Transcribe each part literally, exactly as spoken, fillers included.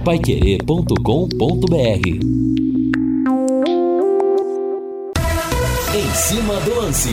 paiquerê ponto com ponto br. Em cima do lance.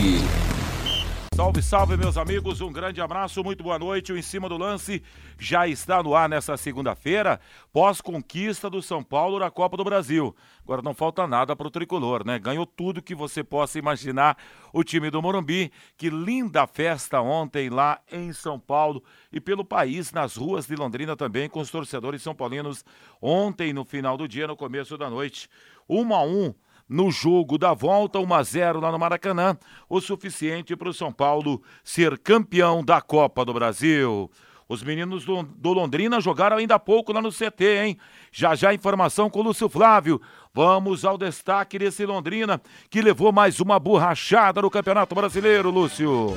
Salve, salve, meus amigos, um grande abraço, muito boa noite. O Em Cima do Lance já está no ar nessa segunda-feira, pós-conquista do São Paulo na Copa do Brasil. Agora não falta nada para o tricolor, né? Ganhou tudo que você possa imaginar o time do Morumbi. Que linda festa ontem lá em São Paulo e pelo país, nas ruas de Londrina também, com os torcedores são paulinos. Ontem, no final do dia, no começo da noite, um a um. No jogo da volta, um a zero lá no Maracanã, o suficiente para o São Paulo ser campeão da Copa do Brasil. Os meninos do, do Londrina jogaram ainda há pouco lá no C T, hein? Já já informação com o Lúcio Flávio. Vamos ao destaque desse Londrina, que levou mais uma borrachada no Campeonato Brasileiro, Lúcio.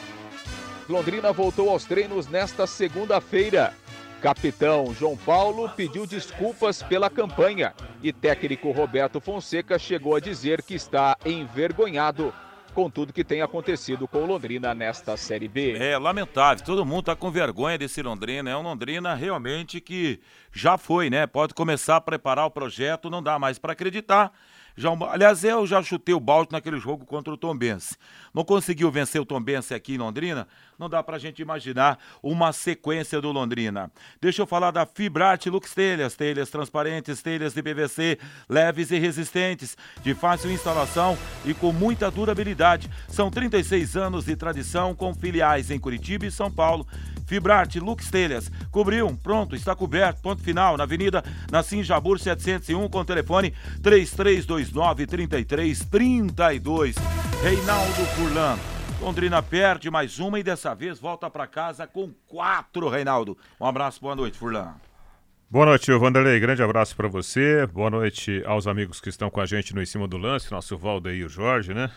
Londrina voltou aos treinos nesta segunda-feira. Capitão João Paulo pediu desculpas pela campanha e técnico Roberto Fonseca chegou a dizer que está envergonhado com tudo que tem acontecido com o Londrina nesta Série B. É lamentável, todo mundo está com vergonha desse Londrina, é um Londrina realmente que já foi, né? Pode começar a preparar o projeto, não dá mais para acreditar. Já, aliás, eu já chutei o balde naquele jogo contra o Tombense. Não conseguiu vencer o Tombense aqui em Londrina, não dá pra gente imaginar uma sequência do Londrina. Deixa eu falar da Fibrate Lux Telhas, telhas transparentes, telhas de P V C, leves e resistentes, de fácil instalação e com muita durabilidade. São trinta e seis anos de tradição com filiais em Curitiba e São Paulo. Fibrate Lux Telhas, cobriu, pronto, está coberto, ponto final, na Avenida Nassim Jabur setecentos e um, com telefone três três dois nove, três três três dois. Reinaldo Furlan, Londrina perde mais uma e dessa vez volta para casa com quatro, Reinaldo. Um abraço, boa noite, Furlan. Boa noite, Vanderlei, grande abraço para você, boa noite aos amigos que estão com a gente no Em Cima do Lance, nosso Valdeir Jorge, né?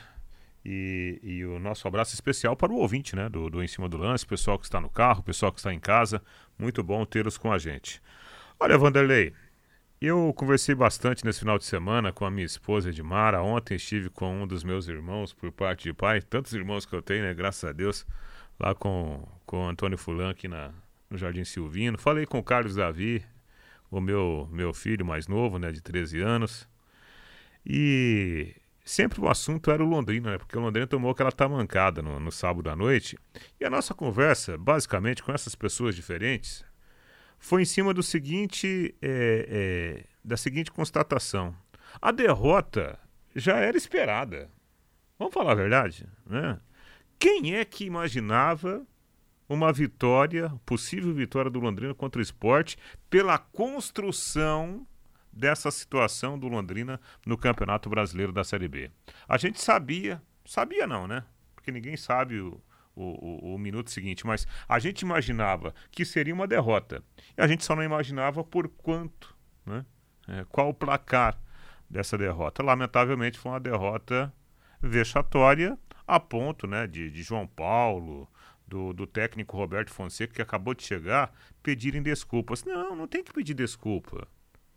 E, e o nosso abraço especial para o ouvinte, né, do, do Em Cima do Lance, pessoal que está no carro, pessoal que está em casa, muito bom tê-los com a gente. Olha, Vanderlei, eu conversei bastante nesse final de semana com a minha esposa Edmara. Ontem estive com um dos meus irmãos por parte de pai, tantos irmãos que eu tenho, né, graças a Deus, lá com, com o Antônio Fulan aqui na, no Jardim Silvino. Falei com o Carlos Davi, o meu, meu filho mais novo, né, de treze anos, e sempre o assunto era o Londrina, né? Porque o Londrina tomou aquela tamancada no, no sábado à noite. E a nossa conversa, basicamente, com essas pessoas diferentes, foi em cima do seguinte, é, é, da seguinte constatação. A derrota já era esperada. Vamos falar a verdade, né? Quem é que imaginava uma vitória, possível vitória do Londrina contra o Sport, pela construção dessa situação do Londrina no Campeonato Brasileiro da Série B? A gente sabia, sabia não, né? Porque ninguém sabe o, o, o, o minuto seguinte, mas a gente imaginava que seria uma derrota. E a gente só não imaginava por quanto, né? É, qual o placar dessa derrota. Lamentavelmente foi uma derrota vexatória, a ponto, né, de, de João Paulo, do, do técnico Roberto Fonseca, que acabou de chegar, pedirem desculpas. Não, não tem que pedir desculpa.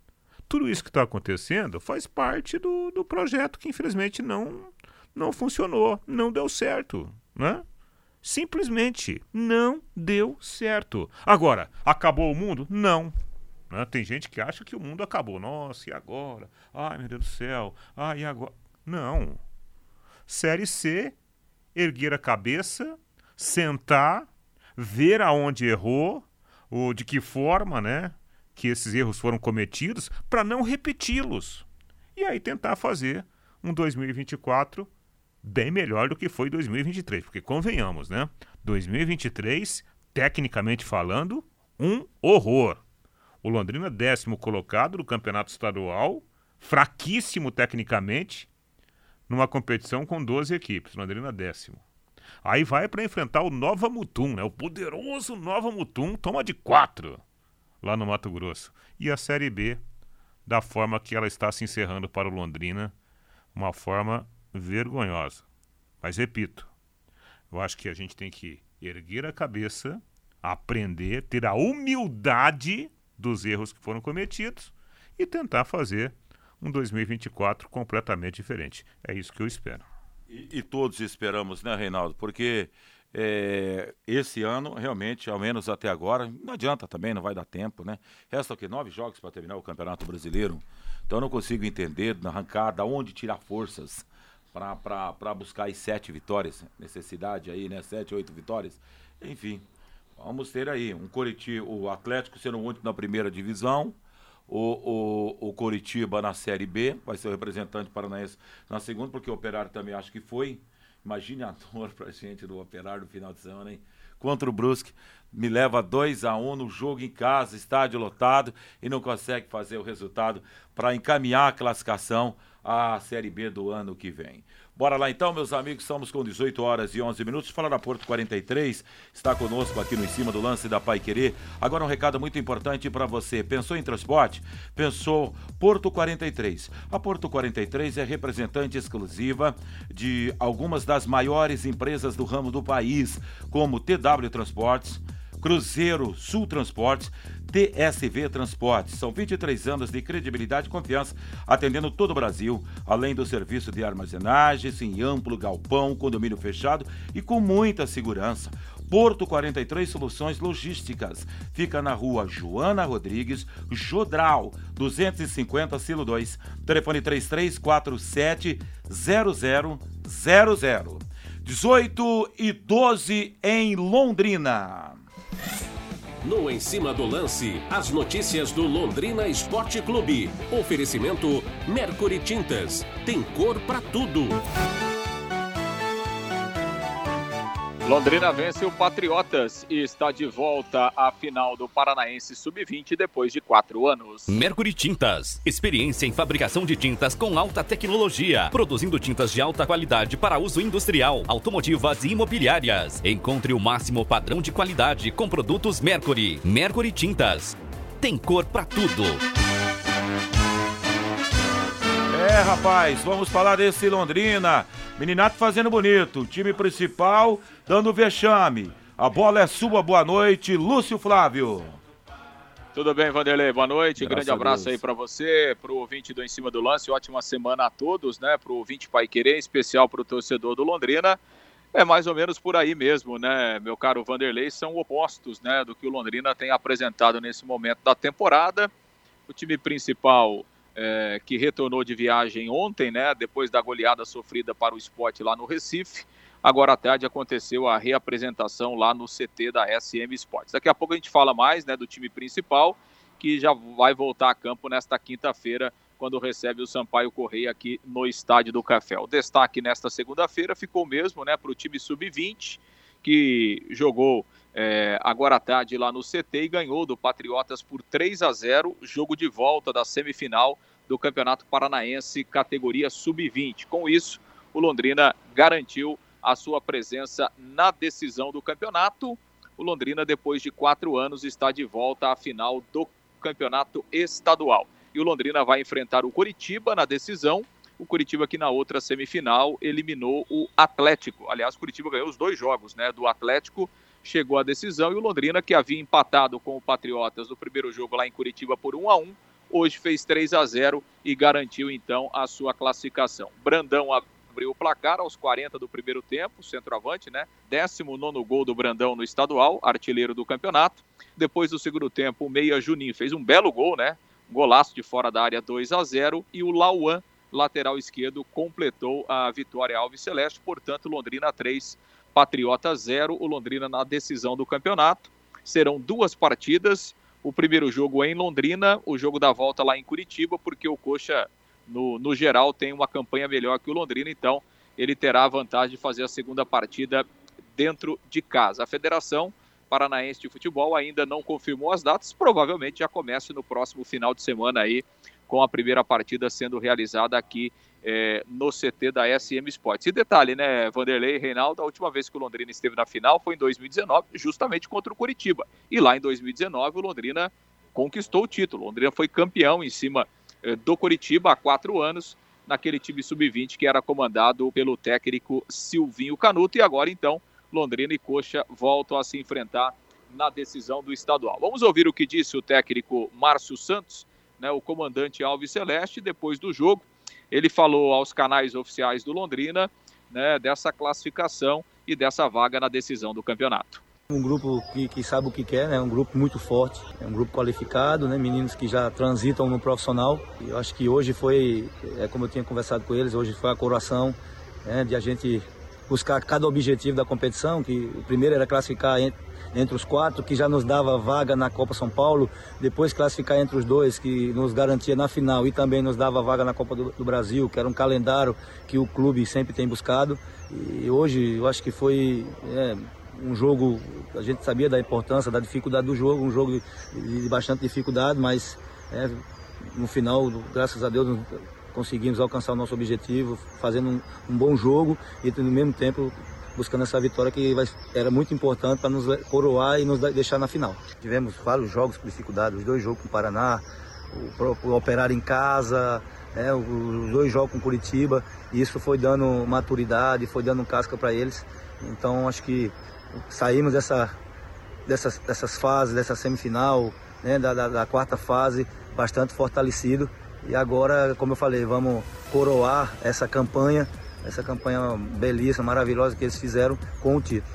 Tudo isso que está acontecendo faz parte do, do projeto que infelizmente não, não funcionou, não deu certo, né? Simplesmente não deu certo. Agora, acabou o mundo? Não. Né? Tem gente que acha que o mundo acabou. Nossa, e agora? Ai, meu Deus do céu. Ai, e agora? Não. Série C, erguer a cabeça, sentar, ver aonde errou, ou de que forma, né, que esses erros foram cometidos, para não repeti-los. E aí tentar fazer um dois mil e vinte e quatro bem melhor do que foi dois mil e vinte e três. Porque convenhamos, né? dois mil e vinte e três, tecnicamente falando, um horror. O Londrina, décimo colocado no campeonato estadual, fraquíssimo tecnicamente, numa competição com doze equipes. Londrina, décimo. Aí vai para enfrentar o Nova Mutum, né? O poderoso Nova Mutum, toma de quatro lá no Mato Grosso. E a Série B, da forma que ela está se encerrando para o Londrina, uma forma vergonhosa. Mas repito, eu acho que a gente tem que erguer a cabeça, aprender, ter a humildade dos erros que foram cometidos e tentar fazer um dois mil e vinte e quatro completamente diferente. É isso que eu espero. E, e todos esperamos, né, Reinaldo? Porque É, esse ano, realmente, ao menos até agora, não adianta também, não vai dar tempo, né? Resta o quê? Nove jogos para terminar o Campeonato Brasileiro. Então eu não consigo entender, arrancar, da onde tirar forças para buscar as sete vitórias. Necessidade aí, né? Sete, oito vitórias. Enfim, vamos ter aí um Coritiba, o Atlético sendo o único na primeira divisão. O, o, o Coritiba na Série B, vai ser o representante paranaense na segunda, porque o Operário também acho que foi. Imagine a dor pra gente do Operário no final de semana, hein? Contra o Brusque, me leva dois a um no jogo em casa, estádio lotado, e não consegue fazer o resultado para encaminhar a classificação à Série B do ano que vem. Bora lá então, meus amigos, estamos com dezoito horas e onze minutos. Fala da Porto quarenta e três, está conosco aqui no Em Cima do Lance da Paiquerê. Agora um recado muito importante para você. Pensou em transporte? Pensou Porto quarenta e três. A Porto quarenta e três é representante exclusiva de algumas das maiores empresas do ramo do país, como T W Transportes, Cruzeiro Sul Transportes, T S V Transportes. São vinte e três anos de credibilidade e confiança, atendendo todo o Brasil, além do serviço de armazenagens em amplo galpão, condomínio fechado e com muita segurança. Porto quarenta e três Soluções Logísticas. Fica na rua Joana Rodrigues, Jodral, duzentos e cinquenta, Silo dois. Telefone três três quatro sete zero zero zero zero. dezoito e doze em Londrina. No Em Cima do Lance, as notícias do Londrina Esporte Clube. Oferecimento Mercury Tintas. Tem cor pra tudo. Londrina vence o Patriotas e está de volta à final do Paranaense sub vinte depois de quatro anos. Mercury Tintas. Experiência em fabricação de tintas com alta tecnologia. Produzindo tintas de alta qualidade para uso industrial, automotivas e imobiliárias. Encontre o máximo padrão de qualidade com produtos Mercury. Mercury Tintas. Tem cor pra tudo. É, rapaz, vamos falar desse Londrina. Meninato fazendo bonito, time principal dando vexame. A bola é sua, boa noite, Lúcio Flávio. Tudo bem, Vanderlei? Boa noite, Graças grande abraço aí para você, para o ouvinte do Em Cima do Lance, ótima semana a todos, né? Para o ouvinte Paiquerê, em especial para o torcedor do Londrina. É mais ou menos por aí mesmo, né, meu caro Vanderlei? São opostos, né, do que o Londrina tem apresentado nesse momento da temporada. O time principal... É, que retornou de viagem ontem, né, depois da goleada sofrida para o Sport lá no Recife. Agora à tarde aconteceu a reapresentação lá no C T da S M Sports. Daqui a pouco a gente fala mais, né, do time principal, que já vai voltar a campo nesta quinta-feira, quando recebe o Sampaio Corrêa aqui no Estádio do Café. O destaque nesta segunda-feira ficou mesmo, né, para o time sub vinte, que jogou é, agora à tarde lá no C T e ganhou do Patriotas por três a zero, jogo de volta da semifinal do Campeonato Paranaense, categoria sub vinte. Com isso, o Londrina garantiu a sua presença na decisão do campeonato. O Londrina, depois de quatro anos, está de volta à final do Campeonato Estadual. E o Londrina vai enfrentar o Coritiba na decisão. O Coritiba, que na outra semifinal, eliminou o Atlético. Aliás, o Coritiba ganhou os dois jogos, né, do Atlético, chegou à decisão. E o Londrina, que havia empatado com o Patriotas no primeiro jogo lá em Curitiba por um a um, hoje fez três a zero e garantiu então a sua classificação. Brandão abriu o placar aos quarenta do primeiro tempo, centroavante, né? décimo nono gol do Brandão no estadual, artilheiro do campeonato. Depois do segundo tempo, o meia Juninho fez um belo gol, né? Um golaço de fora da área, dois a zero. E o Lauan, lateral esquerdo, completou a vitória alviceleste. Portanto, Londrina três, Patriota zero. O Londrina na decisão do campeonato. Serão duas partidas. O primeiro jogo em Londrina, o jogo da volta lá em Curitiba, porque o Coxa, no, no geral, tem uma campanha melhor que o Londrina, então ele terá a vantagem de fazer a segunda partida dentro de casa. A Federação Paranaense de Futebol ainda não confirmou as datas, provavelmente já comece no próximo final de semana aí, com a primeira partida sendo realizada aqui é, no C T da S M Sports. E detalhe, né, Vanderlei e Reinaldo, a última vez que o Londrina esteve na final foi em dois mil e dezenove, justamente contra o Coritiba. E lá em dois mil e dezenove o Londrina conquistou o título. O Londrina foi campeão em cima é, do Coritiba há quatro anos, naquele time sub vinte que era comandado pelo técnico Silvinho Canuto. E agora, então, Londrina e Coxa voltam a se enfrentar na decisão do estadual. Vamos ouvir o que disse o técnico Márcio Santos, né, o comandante Alves Celeste, depois do jogo. Ele falou aos canais oficiais do Londrina, né, dessa classificação e dessa vaga na decisão do campeonato. Um grupo que, que sabe o que quer, né? Um grupo muito forte, é um grupo qualificado, né? Meninos que já transitam no profissional. E eu acho que hoje foi, é como eu tinha conversado com eles, hoje foi a coroação, né? De a gente buscar cada objetivo da competição, que o primeiro era classificar entre, entre os quatro, que já nos dava vaga na Copa São Paulo, depois classificar entre os dois, que nos garantia na final e também nos dava vaga na Copa do, do Brasil, que era um calendário que o clube sempre tem buscado. E hoje eu acho que foi... É, um jogo, a gente sabia da importância, da dificuldade do jogo, um jogo de, de bastante dificuldade, mas é, no final, graças a Deus, conseguimos alcançar o nosso objetivo, fazendo um, um bom jogo e no mesmo tempo buscando essa vitória que vai, era muito importante para nos coroar e nos deixar na final. Tivemos vários jogos com dificuldade, os dois jogos com o Paraná, o próprio Operário em casa, é, os dois jogos com Curitiba, e isso foi dando maturidade, foi dando casca para eles. Então acho que saímos dessa, dessas, dessas fases, dessa semifinal, né, da, da, da quarta fase, bastante fortalecido. E agora, como eu falei, vamos coroar essa campanha, essa campanha belíssima, maravilhosa que eles fizeram com o título.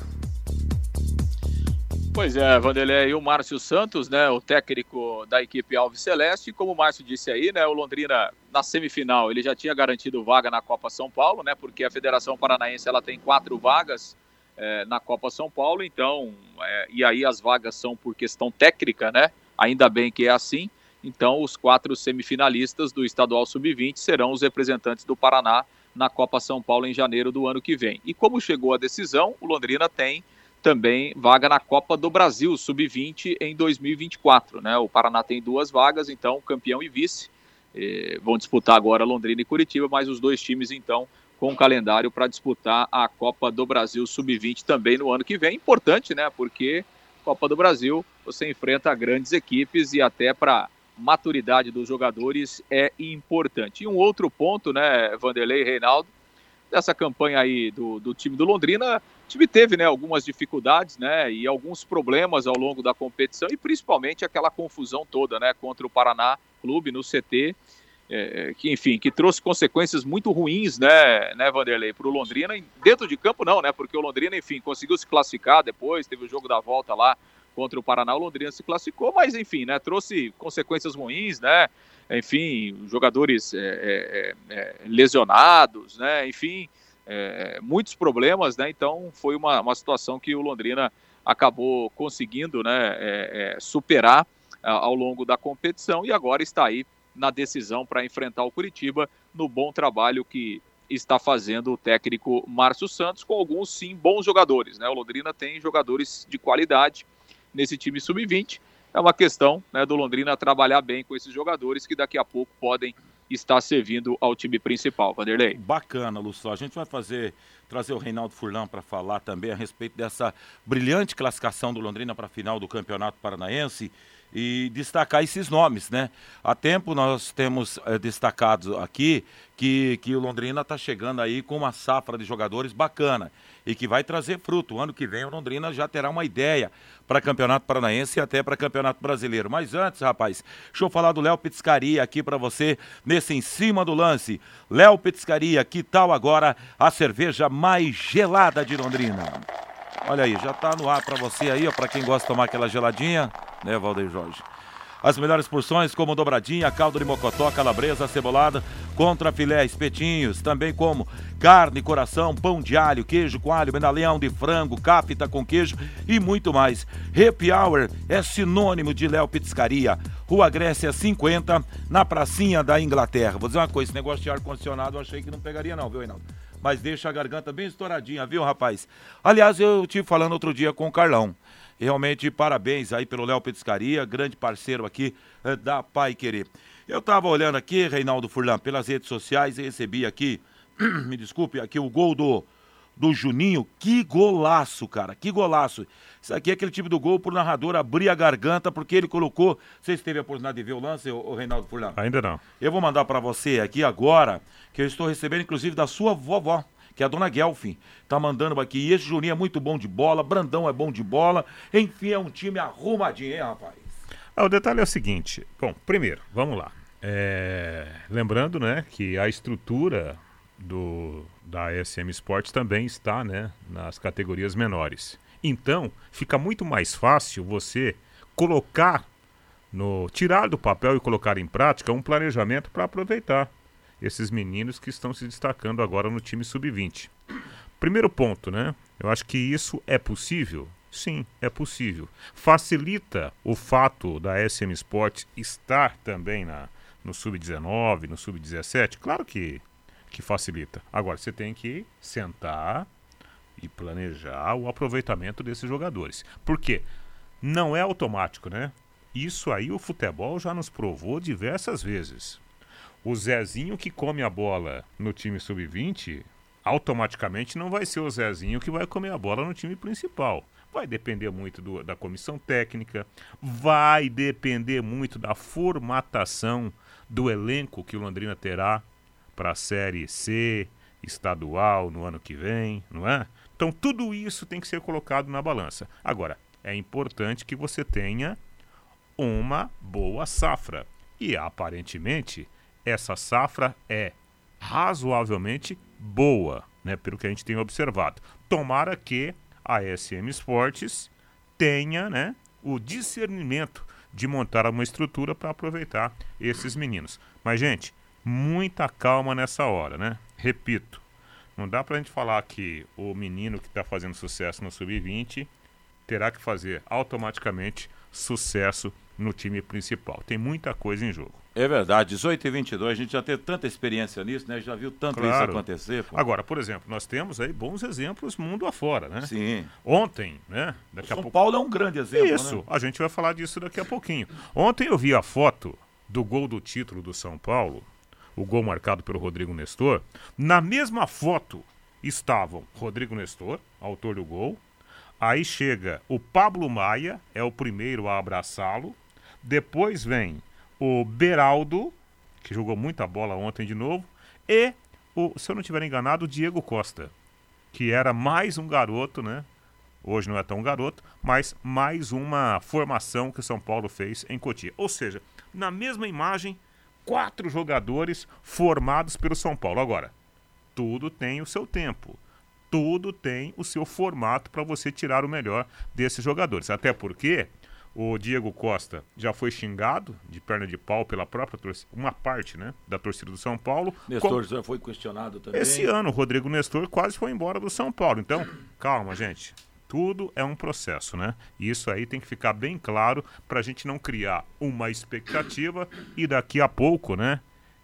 Pois é, Vanderlei, e o Márcio Santos, né, o técnico da equipe Alves Celeste, como o Márcio disse aí, né, o Londrina na semifinal, ele já tinha garantido vaga na Copa São Paulo, né, porque a Federação Paranaense ela tem quatro vagas É, na Copa São Paulo, então, é, e aí as vagas são por questão técnica, né? Ainda bem que é assim. Então, os quatro semifinalistas do Estadual sub vinte serão os representantes do Paraná na Copa São Paulo em janeiro do ano que vem. E como chegou a decisão, o Londrina tem também vaga na Copa do Brasil sub vinte em dois mil e vinte e quatro, né? O Paraná tem duas vagas, então, campeão e vice. Eh, vão disputar agora Londrina e Curitiba, mas os dois times, então, com um calendário para disputar a Copa do Brasil sub vinte também no ano que vem. Importante, né? Porque Copa do Brasil você enfrenta grandes equipes e até para maturidade dos jogadores é importante. E um outro ponto, né, Vanderlei e Reinaldo, dessa campanha aí do, do time do Londrina, o time teve, né, algumas dificuldades, né, e alguns problemas ao longo da competição e principalmente aquela confusão toda, né, contra o Paraná Clube no C T. É, que, enfim, que trouxe consequências muito ruins, né, né Vanderlei, para o Londrina, dentro de campo não, né, porque o Londrina, enfim, conseguiu se classificar depois, teve o jogo da volta lá contra o Paraná, o Londrina se classificou, mas, enfim, né, trouxe consequências ruins, né, enfim, jogadores é, é, é, lesionados, né, enfim, é, muitos problemas, né, então foi uma, uma situação que o Londrina acabou conseguindo, né, é, é, superar a, ao longo da competição e agora está aí na decisão para enfrentar o Curitiba, no bom trabalho que está fazendo o técnico Márcio Santos, com alguns, sim, bons jogadores, né? O Londrina tem jogadores de qualidade nesse time sub vinte, é uma questão, né, do Londrina trabalhar bem com esses jogadores que daqui a pouco podem estar servindo ao time principal, Vanderlei. Bacana, Lúcio. A gente vai fazer, trazer o Reinaldo Furlan para falar também a respeito dessa brilhante classificação do Londrina para a final do Campeonato Paranaense e destacar esses nomes, né? Há tempo nós temos é, destacado aqui que, que o Londrina está chegando aí com uma safra de jogadores bacana e que vai trazer fruto. O ano que vem o Londrina já terá uma ideia para Campeonato Paranaense e até para Campeonato Brasileiro. Mas antes, rapaz, deixa eu falar do Léo Petiscaria aqui para você nesse Em Cima do Lance. Léo Petiscaria, que tal agora a cerveja mais gelada de Londrina? Olha aí, já tá no ar para você aí, ó, para quem gosta de tomar aquela geladinha, né, Valdeir Jorge? As melhores porções como dobradinha, caldo de mocotó, calabresa, cebolada, contra filé, espetinhos, também como carne, coração, pão de alho, queijo coalho, medalhão de frango, capita com queijo e muito mais. Happy Hour é sinônimo de Léo Petiscaria, Rua Grécia cinquenta, na pracinha da Inglaterra. Vou dizer uma coisa, esse negócio de ar-condicionado eu achei que não pegaria não, viu, Reinaldo? Mas deixa a garganta bem estouradinha, viu, rapaz? Aliás, eu estive falando outro dia com o Carlão. Realmente, parabéns aí pelo Léo Petiscaria, grande parceiro aqui eh, da Pai Querer. Eu estava olhando aqui, Reinaldo Furlan, pelas redes sociais e recebi aqui, me desculpe, aqui o gol do, do Juninho. Que golaço, cara, que golaço. Isso aqui é aquele tipo do gol pro narrador abrir a garganta, porque ele colocou... Você teve a oportunidade de ver o lance, o, o Reinaldo Furlan? Ainda não. Eu vou mandar para você aqui agora, que eu estou recebendo, inclusive, da sua vovó, que é a dona Guelfin, tá mandando aqui. E esse Juninho é muito bom de bola, Brandão é bom de bola, enfim, é um time arrumadinho, hein, rapaz? Ah, o detalhe é o seguinte, bom, primeiro, vamos lá. É... Lembrando, né, que a estrutura do, da A S M Sports também está, né, nas categorias menores. Então, fica muito mais fácil você colocar, no, tirar do papel e colocar em prática um planejamento para aproveitar esses meninos que estão se destacando agora no time sub vinte. Primeiro ponto, né? Eu acho que isso é possível? Sim, é possível. Facilita o fato da A S M Sports estar também na, no sub dezenove, no sub dezessete? Claro que, que facilita. Agora, você tem que sentar e planejar o aproveitamento desses jogadores. Por quê? Não é automático, né? Isso aí o futebol já nos provou diversas vezes. O Zezinho que come a bola no time sub vinte, automaticamente não vai ser o Zezinho que vai comer a bola no time principal. Vai depender muito do, da comissão técnica, vai depender muito da formatação do elenco que o Londrina terá para a Série C, estadual, no ano que vem, não é? Então tudo isso tem que ser colocado na balança. Agora, é importante que você tenha uma boa safra. E aparentemente, essa safra é razoavelmente boa, né, pelo que a gente tem observado. Tomara que a S M Sports tenha, né, o discernimento de montar uma estrutura para aproveitar esses meninos. Mas, gente, muita calma nessa hora, né? Repito, não dá para a gente falar que o menino que está fazendo sucesso no sub vinte terá que fazer automaticamente sucesso no time principal. Tem muita coisa em jogo. É verdade, dezoito e vinte e dois, a gente já teve tanta experiência nisso, né? Já viu tanto Claro. isso acontecer. Pô. Agora, por exemplo, nós temos aí bons exemplos mundo afora, né? Sim. Ontem, né? Daqui São a pouco... Paulo é um grande exemplo, Isso, né? a gente vai falar disso daqui a pouquinho. Ontem eu vi a foto do gol do título do São Paulo, o gol marcado pelo Rodrigo Nestor. Na mesma foto estavam Rodrigo Nestor, autor do gol. Aí chega o Pablo Maia, é o primeiro a abraçá-lo. Depois vem o Beraldo, que jogou muita bola ontem de novo. E, o, se eu não estiver enganado, o Diego Costa, que era mais um garoto, né? Hoje não é tão garoto, mas mais uma formação que o São Paulo fez em Cotia. Ou seja, na mesma imagem, quatro jogadores formados pelo São Paulo. Agora, tudo tem o seu tempo. Tudo tem o seu formato para você tirar o melhor desses jogadores. Até porque o Diego Costa já foi xingado de perna de pau pela própria torcida, uma parte, né, da torcida do São Paulo. Nestor já foi questionado também. Esse ano o Rodrigo Nestor quase foi embora do São Paulo. Então, calma, gente. Tudo é um processo, né? E isso aí tem que ficar bem claro para a gente não criar uma expectativa e daqui a pouco, né,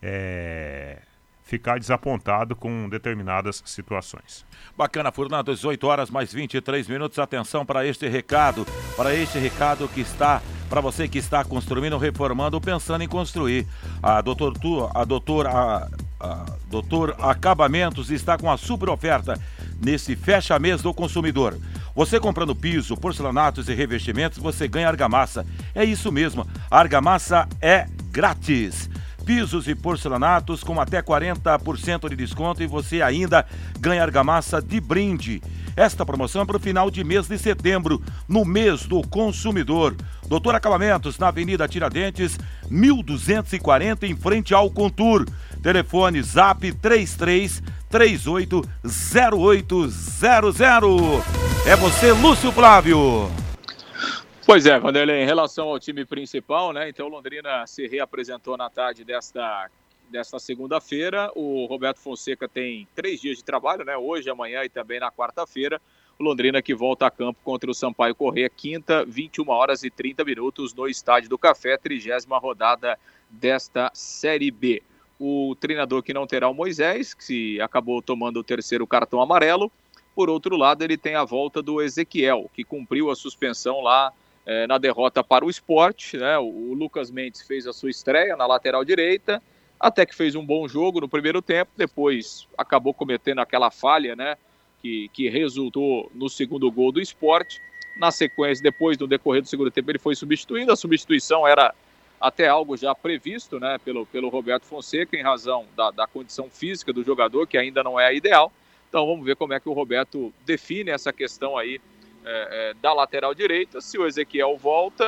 é... ficar desapontado com determinadas situações. Bacana, Fernando, dezoito horas mais vinte e três minutos. Atenção para este recado, para este recado que está, para você que está construindo, reformando, pensando em construir. A doutor, a doutor, a, a doutor Acabamentos está com a super oferta nesse fecha mês do consumidor. Você comprando piso, porcelanatos e revestimentos, você ganha argamassa. É isso mesmo, a argamassa é grátis. Pisos e porcelanatos com até quarenta por cento de desconto e você ainda ganha argamassa de brinde. Esta promoção é para o final de mês de setembro, no mês do consumidor. doutor Acabamentos, na Avenida Tiradentes, mil duzentos e quarenta, em frente ao Contur. Telefone Zap três três três oito zero oito zero zero. É você, Lúcio Flávio. Pois é, Vanderlei, em relação ao time principal, né? Então o Londrina se reapresentou na tarde desta, desta segunda-feira. O Roberto Fonseca tem três dias de trabalho, né? Hoje, amanhã e também na quarta-feira. O Londrina que volta a campo contra o Sampaio Corrêa, quinta, vinte e uma horas e trinta minutos, no Estádio do Café, trigésima rodada desta Série B. O treinador que não terá o Moisés, que acabou tomando o terceiro cartão amarelo. Por outro lado, ele tem a volta do Ezequiel, que cumpriu a suspensão lá É, na derrota para o Sport, né? O, o Lucas Mendes fez a sua estreia na lateral direita, até que fez um bom jogo no primeiro tempo, depois acabou cometendo aquela falha, né? Que, que resultou no segundo gol do Sport. Na sequência, depois do decorrer do segundo tempo, ele foi substituído. A substituição era até algo já previsto, né? Pelo, pelo Roberto Fonseca, em razão da, da condição física do jogador, que ainda não é a ideal. Então vamos ver como é que o Roberto define essa questão aí É, é, da lateral direita, se o Ezequiel volta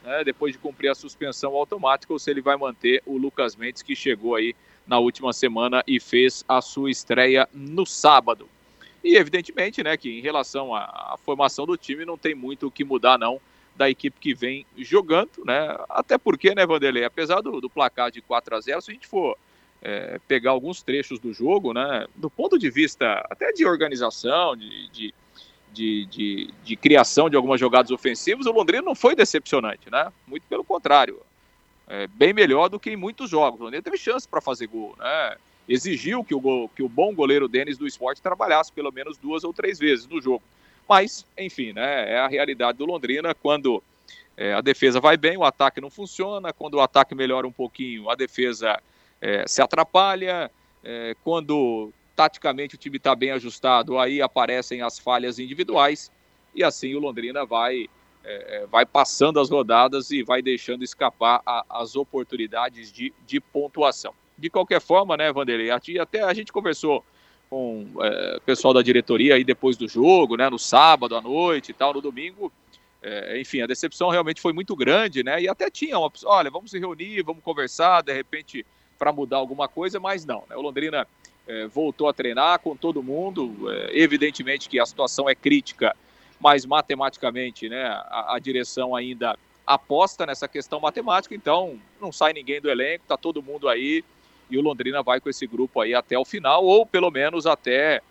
né, depois de cumprir a suspensão automática, ou se ele vai manter o Lucas Mendes, que chegou aí na última semana e fez a sua estreia no sábado. E evidentemente, né, que em relação à, à formação do time não tem muito o que mudar não da equipe que vem jogando, né, até porque, né, Vanderlei, apesar do, do placar de quatro a zero, se a gente for é, pegar alguns trechos do jogo, né, do ponto de vista até de organização, de, de, de, de, de criação de algumas jogadas ofensivas, o Londrina não foi decepcionante, né, muito pelo contrário, é, bem melhor do que em muitos jogos. O Londrina teve chance para fazer gol, né, exigiu que o, gol, que o bom goleiro Denis do Sport trabalhasse pelo menos duas ou três vezes no jogo. Mas, enfim, né, é a realidade do Londrina. Quando é, a defesa vai bem, o ataque não funciona. Quando o ataque melhora um pouquinho, a defesa é, se atrapalha. É, quando, taticamente, o time está bem ajustado, aí aparecem as falhas individuais. E assim o Londrina vai, é, vai passando as rodadas e vai deixando escapar a, as oportunidades de, de pontuação. De qualquer forma, né, Vanderlei, até a gente conversou com o é, pessoal da diretoria aí depois do jogo, né, no sábado à noite e tal, no domingo, é, enfim, a decepção realmente foi muito grande, né, e até tinha uma opção, olha, vamos se reunir, vamos conversar, de repente, para mudar alguma coisa, mas não, né, o Londrina é, voltou a treinar com todo mundo, é, evidentemente que a situação é crítica, mas matematicamente, né, a, a direção ainda aposta nessa questão matemática, então não sai ninguém do elenco, tá todo mundo aí, e o Londrina vai com esse grupo aí até o final, ou pelo menos até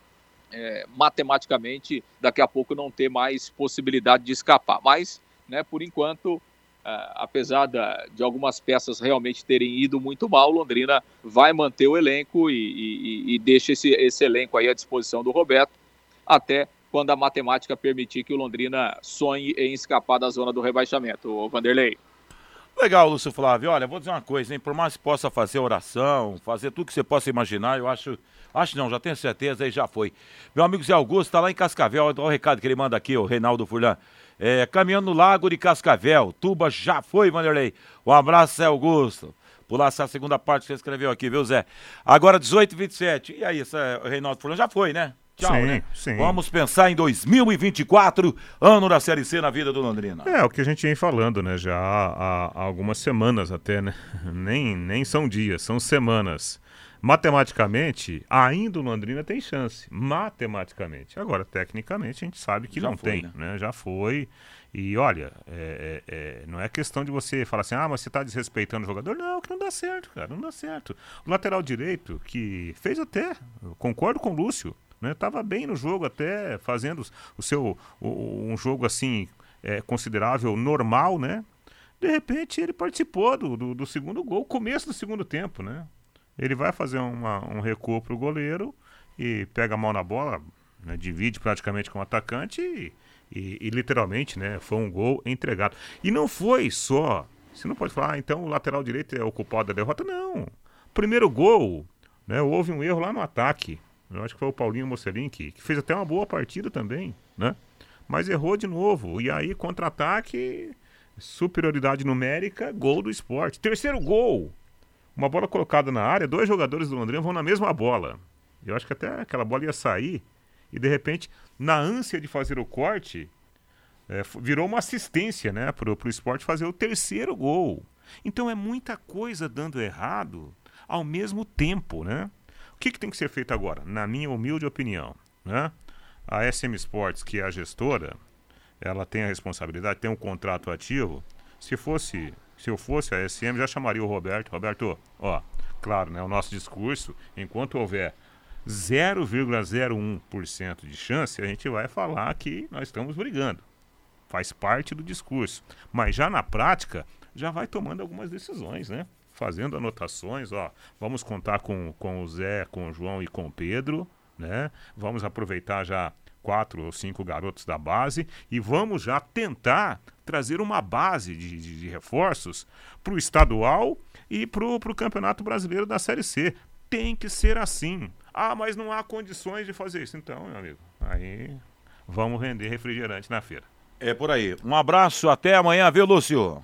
é, matematicamente daqui a pouco não ter mais possibilidade de escapar. Mas, né, por enquanto, é, apesar da, de algumas peças realmente terem ido muito mal, o Londrina vai manter o elenco e, e, e deixa esse, esse elenco aí à disposição do Roberto, até quando a matemática permitir que o Londrina sonhe em escapar da zona do rebaixamento. O Vanderlei. Legal, Lúcio Flávio. Olha, vou dizer uma coisa, hein? Por mais que possa fazer oração, fazer tudo que você possa imaginar, eu acho... Acho não, já tenho certeza, aí já foi. Meu amigo Zé Augusto tá lá em Cascavel, olha o recado que ele manda aqui, o Reinaldo Furlan. É, caminhando no Lago de Cascavel, Tuba já foi, Vanderlei. Um abraço, Zé Augusto. Pular essa segunda parte que você escreveu aqui, viu, Zé? Agora, dezoito e vinte e sete. E aí, essa, o Reinaldo Furlan já foi, né? Tchau, sim, né? Sim. Vamos pensar em dois mil e vinte e quatro, ano da Série C na vida do Londrina. É, o que a gente vem falando, né? Já há, há algumas semanas até, né? Nem, nem são dias, são semanas. Matematicamente, ainda o Londrina tem chance. Matematicamente. Agora, tecnicamente, a gente sabe que Já não foi, tem, né? né? Já foi. E olha, é, é, é, não é questão de você falar assim, ah, mas você está desrespeitando o jogador. Não, que não dá certo, cara, não dá certo. O lateral direito, que fez até, eu concordo com o Lúcio, né? Tava bem no jogo até, fazendo o seu, o, um jogo assim, é, considerável, normal, né? De repente ele participou do, do, do segundo gol, começo do segundo tempo, né? Ele vai fazer uma, um recuo pro goleiro e pega a mão na bola, né? Divide praticamente com o atacante e, e, e literalmente, né? Foi um gol entregado. E não foi só, você não pode falar, ah, então o lateral direito é o culpado da derrota, não. Primeiro gol, né? Houve um erro lá no ataque. Eu acho que foi o Paulinho Mocelin que, que fez até uma boa partida também, né? Mas errou de novo. E aí, contra-ataque, superioridade numérica, gol do Sport. Terceiro gol. Uma bola colocada na área, dois jogadores do Londrina vão na mesma bola. Eu acho que até aquela bola ia sair. E, de repente, na ânsia de fazer o corte, é, virou uma assistência, né? Pro, pro Sport fazer o terceiro gol. Então, é muita coisa dando errado ao mesmo tempo, né? O que, que tem que ser feito agora? Na minha humilde opinião, né? A S M Sports, que é a gestora, ela tem a responsabilidade, tem um contrato ativo. Se fosse, se eu fosse a S M, já chamaria o Roberto. Roberto, ó, claro, né? O nosso discurso, enquanto houver zero vírgula zero um por cento de chance, a gente vai falar que nós estamos brigando. Faz parte do discurso. Mas já na prática, já vai tomando algumas decisões, né? Fazendo anotações, ó, vamos contar com, com o Zé, com o João e com o Pedro, né? Vamos aproveitar já quatro ou cinco garotos da base e vamos já tentar trazer uma base de, de, de reforços para o estadual e para o Campeonato Brasileiro da Série C. Tem que ser assim. Ah, mas não há condições de fazer isso. Então, meu amigo, aí vamos render refrigerante na feira. É por aí. Um abraço, até amanhã, viu, Lúcio?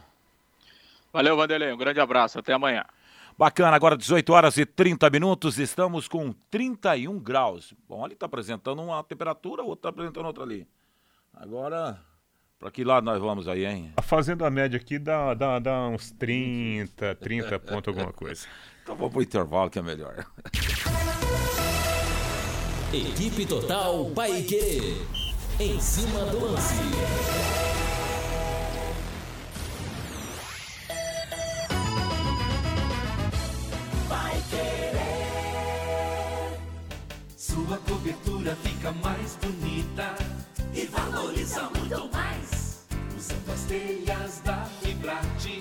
Valeu, Vanderlei, um grande abraço, até amanhã. Bacana, agora dezoito horas e trinta minutos, estamos com trinta e um graus. Bom, ali está apresentando uma temperatura, o outro está apresentando outra ali. Agora, Pra que lado nós vamos aí, hein? Fazendo a média aqui dá, dá, dá uns trinta, trinta pontos alguma coisa. Então vamos pro intervalo que é melhor. Equipe Total Paiquerê. Em cima do lance. Sua cobertura fica mais bonita e valoriza muito mais. Usando as telhas da Fibrate,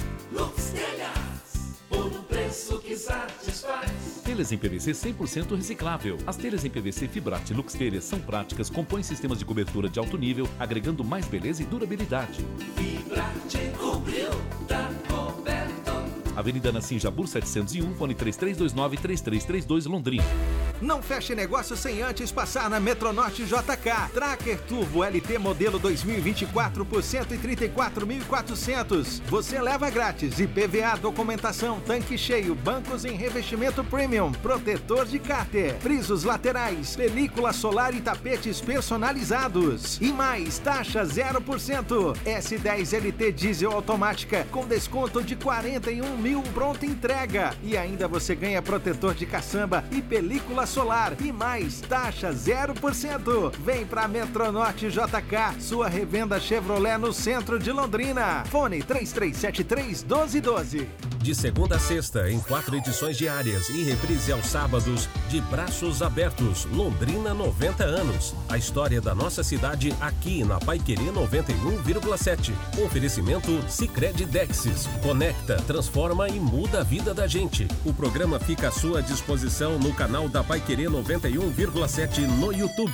Lux Telhas, por um preço que satisfaz. Telhas em P V C cem por cento reciclável. As telhas em P V C Fibrate Lux Telhas são práticas, compõem sistemas de cobertura de alto nível, agregando mais beleza e durabilidade. Fibrate cobriu, tá coberto. Avenida Nassim Jabur setecentos e um, fone três três dois nove, três três três dois, Londrina. Não feche negócio sem antes passar na Metronorte J K. Tracker Turbo L T modelo dois mil e vinte e quatro por cento e trinta e quatro mil e quatrocentos. Você leva grátis I P V A, documentação, tanque cheio, bancos em revestimento premium, protetor de cárter, frisos laterais, película solar e tapetes personalizados. E mais, taxa zero por cento. S dez L T diesel automática com desconto de quarenta e um mil pronta entrega. E ainda você ganha protetor de caçamba e película solar e mais taxa zero por cento. Vem pra Metronorte J K, sua revenda Chevrolet no centro de Londrina. Fone três três sete três, um dois um dois. De segunda a sexta, em quatro edições diárias e reprise aos sábados, de braços abertos, Londrina noventa anos. A história da nossa cidade aqui na Paiquerê noventa e um vírgula sete. Oferecimento Sicredi Dexis. Conecta, transforma e muda a vida da gente. O programa fica à sua disposição no canal da Paiquerê noventa e um vírgula sete no YouTube.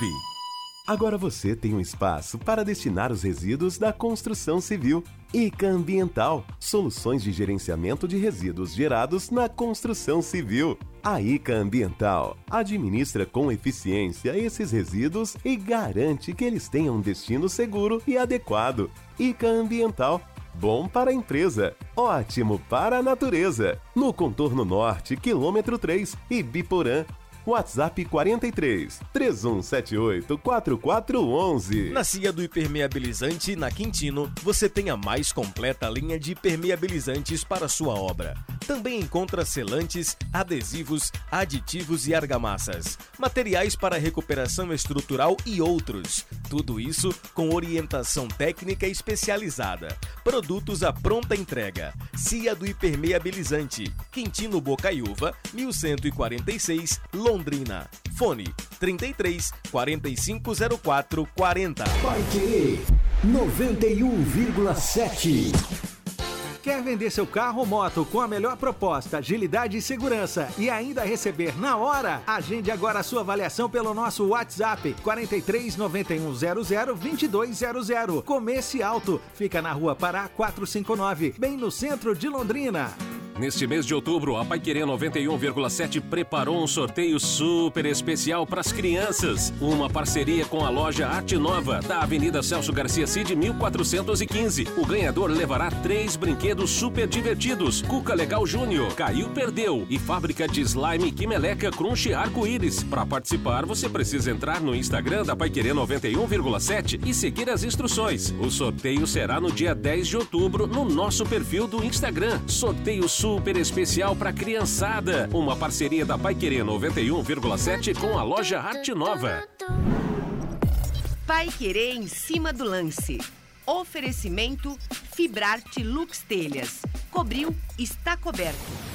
Agora você tem um espaço para destinar os resíduos da construção civil. ICA Ambiental, soluções de gerenciamento de resíduos gerados na construção civil. A ICA Ambiental administra com eficiência esses resíduos e garante que eles tenham um destino seguro e adequado. ICA Ambiental, bom para a empresa, ótimo para a natureza. No Contorno Norte, quilômetro três, Ibiporã. WhatsApp quarenta e três, três um sete oito, quatro quatro um um. Na Cia do Hipermeabilizante, na Quintino, você tem a mais completa linha de hipermeabilizantes para sua obra. Também encontra selantes, adesivos, aditivos e argamassas, materiais para recuperação estrutural e outros. Tudo isso com orientação técnica especializada. Produtos à pronta entrega. Cia do Hipermeabilizante, Quintino Bocaiúva, mil cento e quarenta e seis, Londrina. Fone trinta e três, quarenta e cinco zero quatro, quarenta. Paiquerê noventa e um vírgula sete. Quer vender seu carro ou moto com a melhor proposta, agilidade e segurança e ainda receber na hora? Agende agora a sua avaliação pelo nosso WhatsApp quarenta e três, noventa e um zero zero, vinte e dois zero zero. Comece Alto, fica na Rua Pará quatrocentos e cinquenta e nove, bem no centro de Londrina. Neste mês de outubro, a Paiquerê noventa e um vírgula sete preparou um sorteio super especial para as crianças. Uma parceria com a loja Arte Nova, da Avenida Celso Garcia Cid, mil quatrocentos e quinze. O ganhador levará três brinquedos super divertidos. Cuca Legal Júnior, Caiu Perdeu e fábrica de slime Quimeleca Crunch Arco-Íris. Para participar, você precisa entrar no Instagram da Paiquerê noventa e um vírgula sete e seguir as instruções. O sorteio será no dia dez de outubro no nosso perfil do Instagram. Sorteio super Super especial para criançada. Uma parceria da Paiquerê noventa e um vírgula sete com a loja Arte Nova. Paiquerê em cima do lance. Oferecimento Fibrarte Lux Telhas. Cobriu, está coberto.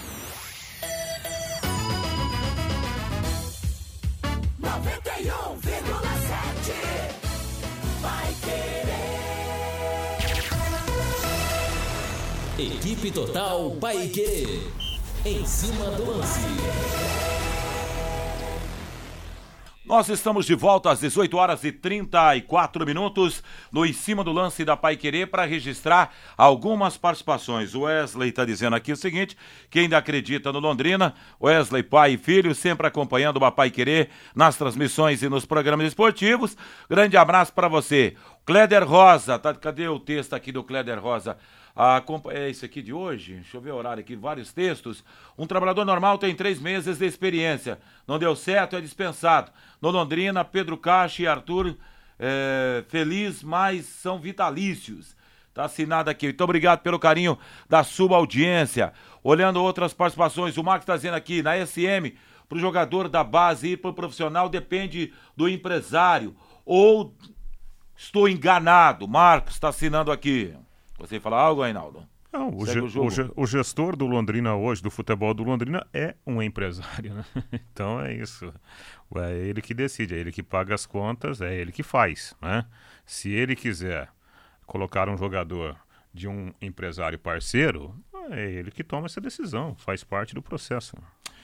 noventa e um vírgula sete. Paiquerê. Equipe Total Paiquerê. Em cima do lance. Nós estamos de volta às dezoito horas e trinta e quatro minutos no Em Cima do Lance da Paiquerê para registrar algumas participações. O Wesley está dizendo aqui o seguinte, que ainda acredita no Londrina. Wesley, pai e filho, sempre acompanhando o Paiquerê nas transmissões e nos programas esportivos. Grande abraço para você. Cléder Rosa, tá, cadê o texto aqui do Cléder Rosa? Ah, é esse aqui de hoje? Deixa eu ver o horário aqui, vários textos. Um trabalhador normal tem três meses de experiência. Não deu certo, é dispensado. No Londrina, Pedro Caixa e Arthur é, feliz, mas são vitalícios. Tá assinado aqui. Muito obrigado pelo carinho da sua audiência. Olhando outras participações, o Marcos está dizendo aqui, na S M, para o jogador da base ir para o profissional depende do empresário. Ou estou enganado? Marcos está assinando aqui. Você fala algo, Reinaldo? Não, o, ge- o, ge- o gestor do Londrina hoje, do futebol do Londrina, é um empresário, né? Então é isso. É ele que decide, é ele que paga as contas, é ele que faz, né? Se ele quiser colocar um jogador de um empresário parceiro, é ele que toma essa decisão, faz parte do processo.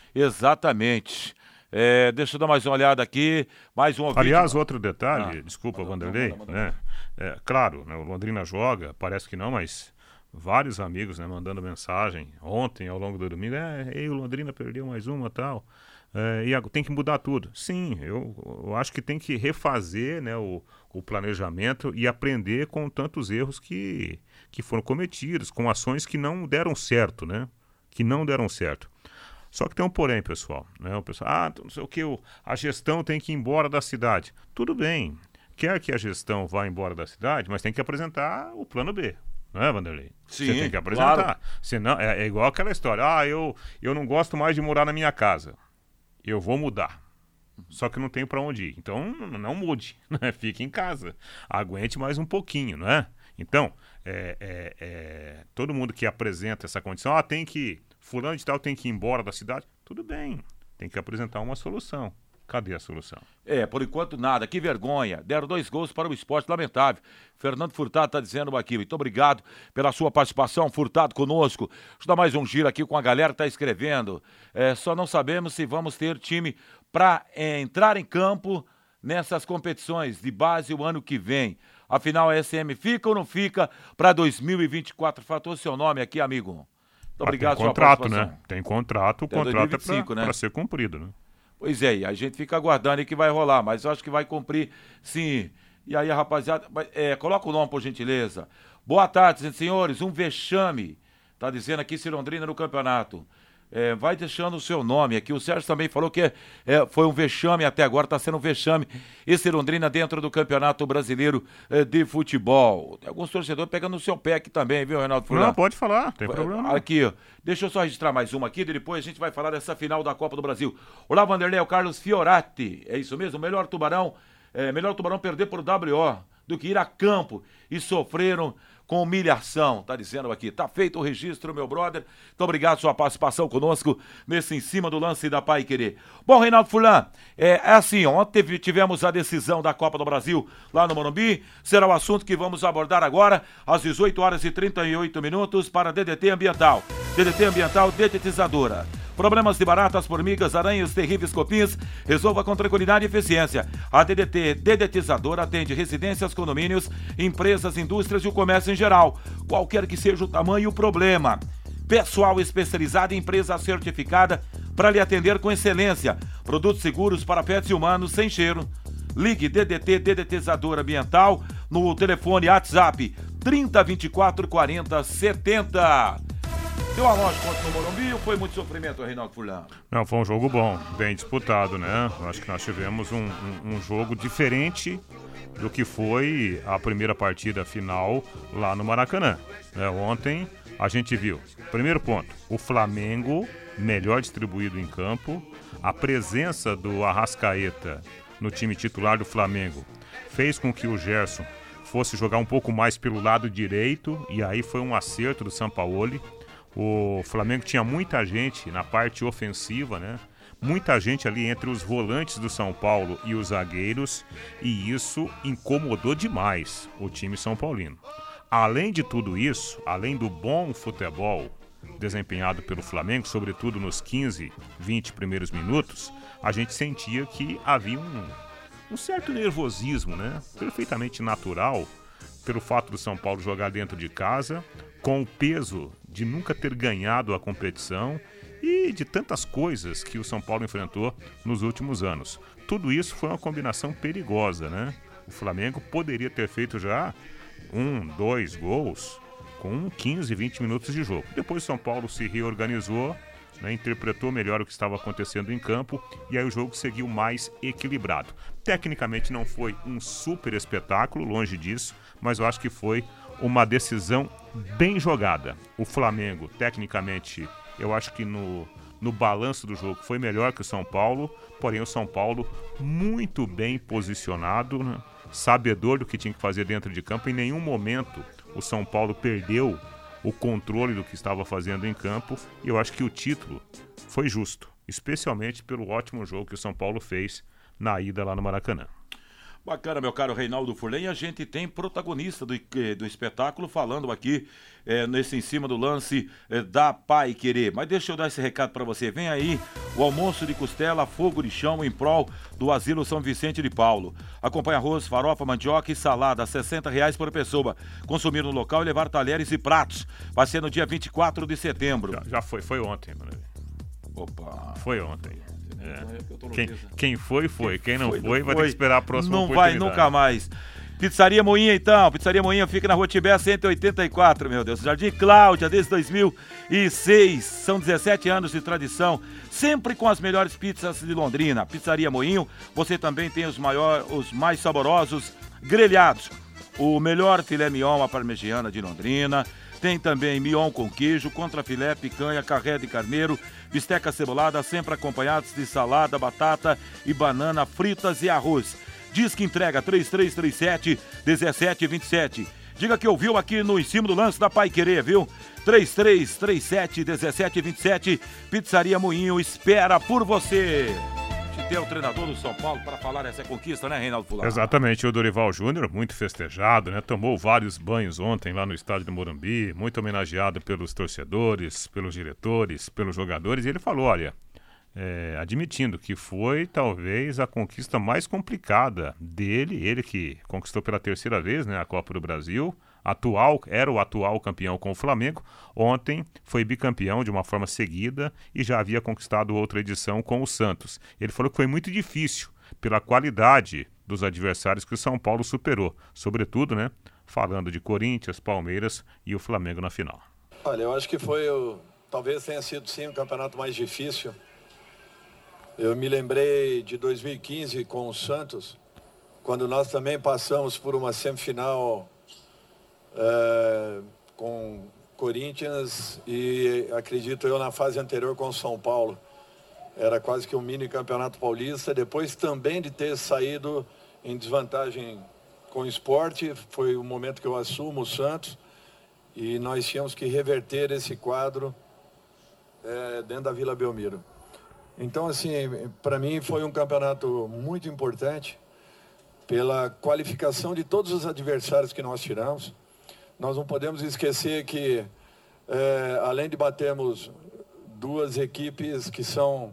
Exatamente. É, deixa eu dar mais uma olhada aqui, mais um ouvinte. Aliás, outro detalhe, ah, desculpa, manda, Vanderlei, manda, manda, né? É, claro, né, o Londrina joga, parece que não, mas vários amigos, né, mandando mensagem ontem, ao longo do domingo, é, ei, o Londrina perdeu mais uma, tal, é, e tem que mudar tudo. Sim, eu, eu acho que tem que refazer, né, o, o planejamento e aprender com tantos erros que, que foram cometidos, com ações que não deram certo, né, que não deram certo. Só que tem um porém, pessoal, né, o pessoal, ah, não sei o que, o, a gestão tem que ir embora da cidade. Tudo bem, quer que a gestão vá embora da cidade, mas tem que apresentar o plano B. Não é, Vanderlei? Sim, você tem que apresentar. Claro. Senão, é, é igual aquela história. Ah, eu, eu não gosto mais de morar na minha casa. Eu vou mudar. Só que não tenho para onde ir. Então, não mude. Né? Fique em casa. Aguente mais um pouquinho, não é? Então, é, é, é, todo mundo que apresenta essa condição, ah, tem que... Fulano de tal tem que ir embora da cidade. Tudo bem. Tem que apresentar uma solução. Cadê a solução? É, por enquanto nada. Que vergonha. Deram dois gols para o esporte, lamentável. Fernando Furtado está dizendo aqui. Muito obrigado pela sua participação, Furtado, conosco. Deixa eu dar mais um giro aqui com a galera que está escrevendo. É, só não sabemos se vamos ter time para é, entrar em campo nessas competições de base o ano que vem. Afinal, a S M fica ou não fica para dois mil e vinte e quatro? Fatou seu nome aqui, amigo. Muito ah, obrigado pela contrato, participação. Né? Tem contrato, o Até contrato dois mil e vinte e cinco, é para né? ser cumprido, né? Pois é, e a gente fica aguardando aí que vai rolar, mas eu acho que vai cumprir, sim. E aí, rapaziada, é, coloca o nome, por gentileza. Boa tarde, senhores, um vexame, tá dizendo aqui Londrina no campeonato. É, vai deixando o seu nome aqui, o Sérgio também falou que é, é, foi um vexame até agora, tá sendo um vexame esse Londrina dentro do Campeonato Brasileiro é, de Futebol. Tem alguns torcedores pegando no seu pé aqui também, viu, Reinaldo Furlan? Não, pode falar, tem problema. Aqui, ó, deixa eu só registrar mais uma aqui, depois a gente vai falar dessa final da Copa do Brasil. Olá, Vanderlei, é o Carlos Fiorati, é isso mesmo? Melhor Tubarão, é, melhor Tubarão perder por W O do que ir a campo e sofreram com humilhação, tá dizendo aqui. Tá feito o registro, meu brother. Muito obrigado pela sua participação conosco nesse Em Cima do Lance da Pai Querer. Bom, Reinaldo Furlan, é, é assim, ontem tivemos a decisão da Copa do Brasil lá no Morumbi. Será o assunto que vamos abordar agora, às dezoito horas e trinta e oito minutos, para D D T Ambiental. D D T Ambiental Detetizadora. Problemas de baratas, formigas, aranhas, terríveis copins, resolva com tranquilidade e eficiência. A D D T Dedetizadora atende residências, condomínios, empresas, indústrias e o comércio em geral, qualquer que seja o tamanho e o problema. Pessoal especializado em empresa certificada para lhe atender com excelência. Produtos seguros para pets e humanos sem cheiro. Ligue D D T Dedetizadora Ambiental no telefone WhatsApp trinta, vinte e quatro, quarenta, setenta. Deu a loja contra o Morumbi ou foi muito sofrimento, Reinaldo Furlan? Não, foi um jogo bom, bem disputado, né? Acho que nós tivemos um, um, um jogo diferente do que foi a primeira partida final lá no Maracanã. É, ontem a gente viu, primeiro ponto, o Flamengo melhor distribuído em campo, a presença do Arrascaeta no time titular do Flamengo fez com que o Gerson fosse jogar um pouco mais pelo lado direito e aí foi um acerto do Sampaoli. O Flamengo tinha muita gente na parte ofensiva, né? Muita gente ali entre os volantes do São Paulo e os zagueiros, e isso incomodou demais o time são paulino. Além de tudo isso, além do bom futebol desempenhado pelo Flamengo, sobretudo nos quinze, vinte primeiros minutos, a gente sentia que havia um, um certo nervosismo, né? Perfeitamente natural, pelo fato do São Paulo jogar dentro de casa, com o peso de nunca ter ganhado a competição e de tantas coisas que o São Paulo enfrentou nos últimos anos. Tudo isso foi uma combinação perigosa, né? O Flamengo poderia ter feito já um, dois gols com quinze, vinte minutos de jogo. Depois o São Paulo se reorganizou, né, interpretou melhor o que estava acontecendo em campo e aí o jogo seguiu mais equilibrado. Tecnicamente não foi um super espetáculo, longe disso, mas eu acho que foi uma decisão bem jogada. O Flamengo, tecnicamente, eu acho que no, no balanço do jogo foi melhor que o São Paulo, porém o São Paulo muito bem posicionado, né, sabedor do que tinha que fazer dentro de campo. Em nenhum momento o São Paulo perdeu o controle do que estava fazendo em campo e eu acho que o título foi justo, especialmente pelo ótimo jogo que o São Paulo fez na ida lá no Maracanã. Bacana, meu caro Reinaldo Furlan, e a gente tem protagonista do, do espetáculo falando aqui é, nesse em cima do lance é, da Pai Querer. Mas deixa eu dar esse recado para você. Vem aí o almoço de costela fogo de chão em prol do Asilo São Vicente de Paulo. Acompanha arroz, farofa, mandioca e salada, sessenta reais por pessoa. Consumir no local e levar talheres e pratos. Vai ser no dia vinte e quatro de setembro. Já, já foi, foi ontem, mano. Opa. Foi ontem. É. Quem, quem foi, foi. Quem não foi, foi vai foi. ter que esperar a próxima não oportunidade. Não vai nunca mais. Pizzaria Moinha, então. Pizzaria Moinha fica na Rua Tibé cento e oitenta e quatro, meu Deus. Jardim Cláudia, desde dois mil e seis. São dezessete anos de tradição. Sempre com as melhores pizzas de Londrina. Pizzaria Moinho, você também tem os, maior, os mais saborosos grelhados. O melhor filé mignon à parmegiana de Londrina. Tem também mignon com queijo, contrafilé, picanha, carré de carneiro, bisteca cebolada, sempre acompanhados de salada, batata e banana fritas e arroz. Diz que entrega três três três sete, um sete dois sete. Diga que ouviu aqui no Em Cima do Lance da Pai Querer, viu? três três três sete, um sete dois sete. Pizzaria Moinho espera por você. Ter o treinador do São Paulo para falar essa conquista, né, Reinaldo Fulano? Exatamente, o Dorival Júnior, muito festejado, né? Tomou vários banhos ontem lá no estádio do Morumbi, muito homenageado pelos torcedores, pelos diretores, pelos jogadores, e ele falou, olha, é, admitindo que foi talvez a conquista mais complicada dele, ele que conquistou pela terceira vez, né, a Copa do Brasil, atual, era o atual campeão com o Flamengo, ontem foi bicampeão de uma forma seguida e já havia conquistado outra edição com o Santos. Ele falou que foi muito difícil pela qualidade dos adversários que o São Paulo superou, sobretudo, né, falando de Corinthians, Palmeiras e o Flamengo na final. Olha, eu acho que foi, o, talvez tenha sido sim o campeonato mais difícil. Eu me lembrei de dois mil e quinze com o Santos, quando nós também passamos por uma semifinal É, com Corinthians e acredito eu na fase anterior com São Paulo. Era quase que um mini campeonato paulista. Depois também de ter saído em desvantagem com o Sport, foi o momento que eu assumo o Santos e nós tínhamos que reverter esse quadro é, dentro da Vila Belmiro. Então, assim, para mim foi um campeonato muito importante pela qualificação de todos os adversários que nós tiramos. Nós não podemos esquecer que, é, além de batermos duas equipes que são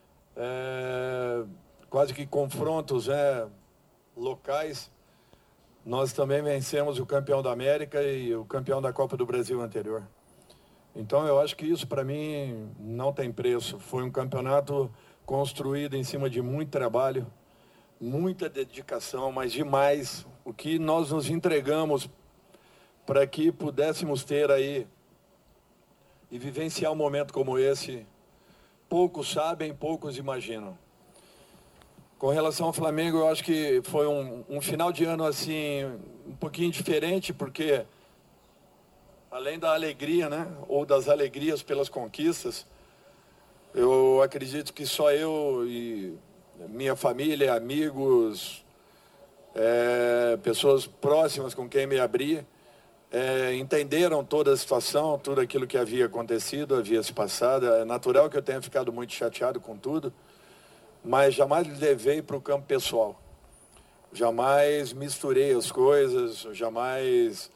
é, quase que confrontos é, locais, nós também vencemos o campeão da América e o campeão da Copa do Brasil anterior. Então, eu acho que isso, para mim, não tem preço. Foi um campeonato construído em cima de muito trabalho, muita dedicação, mas demais. O que nós nos entregamos para que pudéssemos ter aí e vivenciar um momento como esse, poucos sabem, poucos imaginam. Com relação ao Flamengo, eu acho que foi um, um final de ano assim, um pouquinho diferente, porque além da alegria, né, ou das alegrias pelas conquistas, eu acredito que só eu e minha família, amigos, é, pessoas próximas com quem me abri, É, entenderam toda a situação, tudo aquilo que havia acontecido, havia se passado. É natural que eu tenha ficado muito chateado com tudo, mas jamais levei para o campo pessoal. Jamais misturei as coisas, jamais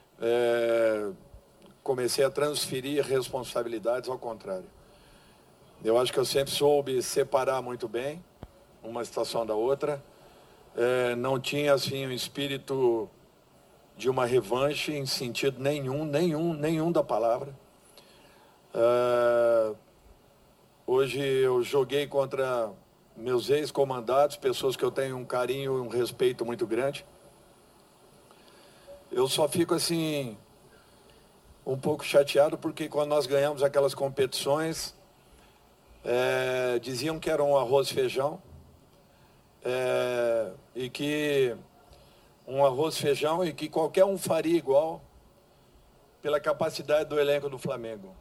é, comecei a transferir responsabilidades, ao contrário. Eu acho que eu sempre soube separar muito bem uma situação da outra. É, não tinha assim um espírito de uma revanche em sentido nenhum, nenhum, nenhum da palavra. Uh, hoje eu joguei contra meus ex-comandados, pessoas que eu tenho um carinho e um respeito muito grande. Eu só fico assim, um pouco chateado, porque quando nós ganhamos aquelas competições, É, diziam que era um arroz e feijão. É, e que um arroz e feijão e que qualquer um faria igual pela capacidade do elenco do Flamengo.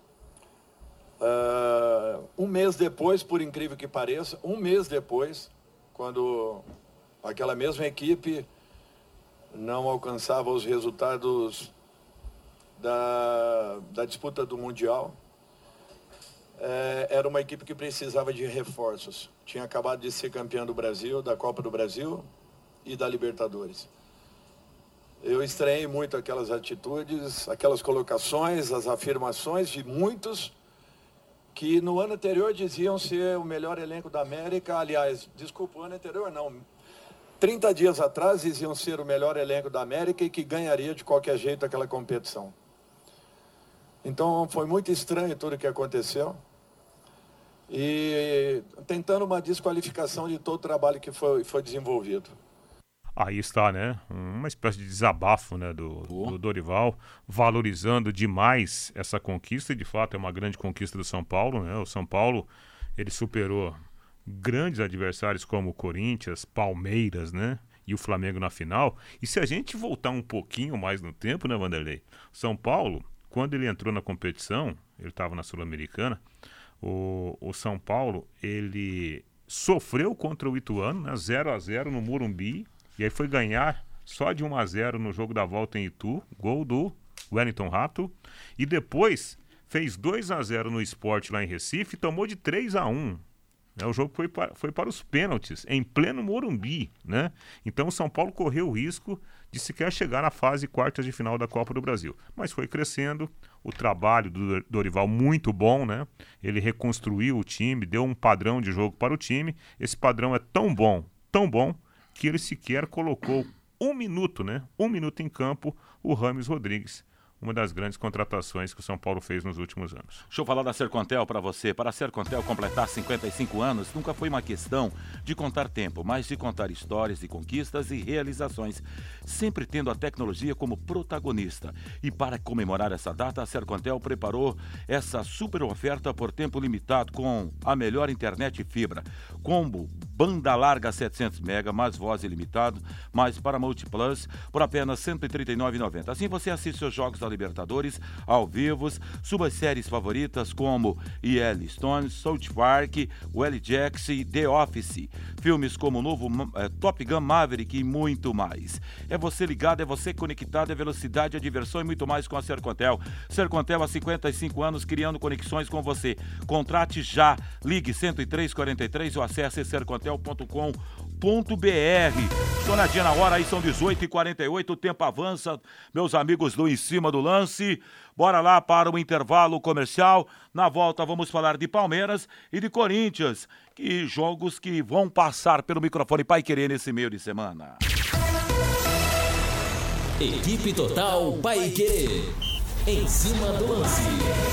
Uh, um mês depois, por incrível que pareça, um mês depois, quando aquela mesma equipe não alcançava os resultados da, da disputa do Mundial, é, era uma equipe que precisava de reforços. Tinha acabado de ser campeão do Brasil, da Copa do Brasil e da Libertadores. Eu estranhei muito aquelas atitudes, aquelas colocações, as afirmações de muitos que no ano anterior diziam ser o melhor elenco da América. Aliás, desculpa, o ano anterior não. trinta dias atrás diziam ser o melhor elenco da América e que ganharia de qualquer jeito aquela competição. Então foi muito estranho tudo o que aconteceu. E tentando uma desqualificação de todo o trabalho que foi, foi desenvolvido. Aí está, né? Uma espécie de desabafo, né, do, do Dorival, valorizando demais essa conquista, e de fato é uma grande conquista do São Paulo, né? O São Paulo, ele superou grandes adversários como o Corinthians, Palmeiras, né? E o Flamengo na final. E se a gente voltar um pouquinho mais no tempo, né, Vanderlei? São Paulo, quando ele entrou na competição, ele estava na Sul-Americana, o, o São Paulo, ele sofreu contra o Ituano, né? zero a zero no Morumbi. E aí foi ganhar só de um a zero no jogo da volta em Itu, gol do Wellington Rato. E depois fez dois a zero no Sport lá em Recife e tomou de três a um. Né? O jogo foi para, foi para os pênaltis, em pleno Morumbi. Né? Então o São Paulo correu o risco de sequer chegar na fase quartas de final da Copa do Brasil. Mas foi crescendo, o trabalho do Dorival muito bom, né? Ele reconstruiu o time, deu um padrão de jogo para o time. Esse padrão é tão bom, tão bom, que ele sequer colocou um minuto, né? Um minuto em campo, o Rames Rodrigues. Uma das grandes contratações que o São Paulo fez nos últimos anos. Deixa eu falar da Sercontel para você. Para a Sercontel completar cinquenta e cinco anos, nunca foi uma questão de contar tempo, mas de contar histórias de conquistas e realizações, sempre tendo a tecnologia como protagonista. E para comemorar essa data, a Sercontel preparou essa super oferta por tempo limitado com a melhor internet fibra. Combo banda larga setecentos megabytes, mais voz ilimitado, mais para Multiplus, por apenas cento e trinta e nove reais e noventa centavos. Assim você assiste os jogos da Libertadores ao vivo, suas séries favoritas como E L Stones, South Park, Welly Jackson e The Office, filmes como o novo é, Top Gun Maverick e muito mais. É você ligado, é você conectado, é velocidade, é diversão e muito mais com a Sercontel. Sercontel há cinquenta e cinco anos criando conexões com você. Contrate já, ligue cento e três quarenta e três ou acesse sercontel ponto com ponto b r. Sonadinha na hora, aí são dezoito e quarenta e oito, o tempo avança, meus amigos do Em Cima do Lance. Bora lá para o intervalo comercial. Na volta vamos falar de Palmeiras e de Corinthians, que jogos que vão passar pelo microfone Paiquerê nesse meio de semana. Equipe Total Paiquerê, Em Cima do Lance.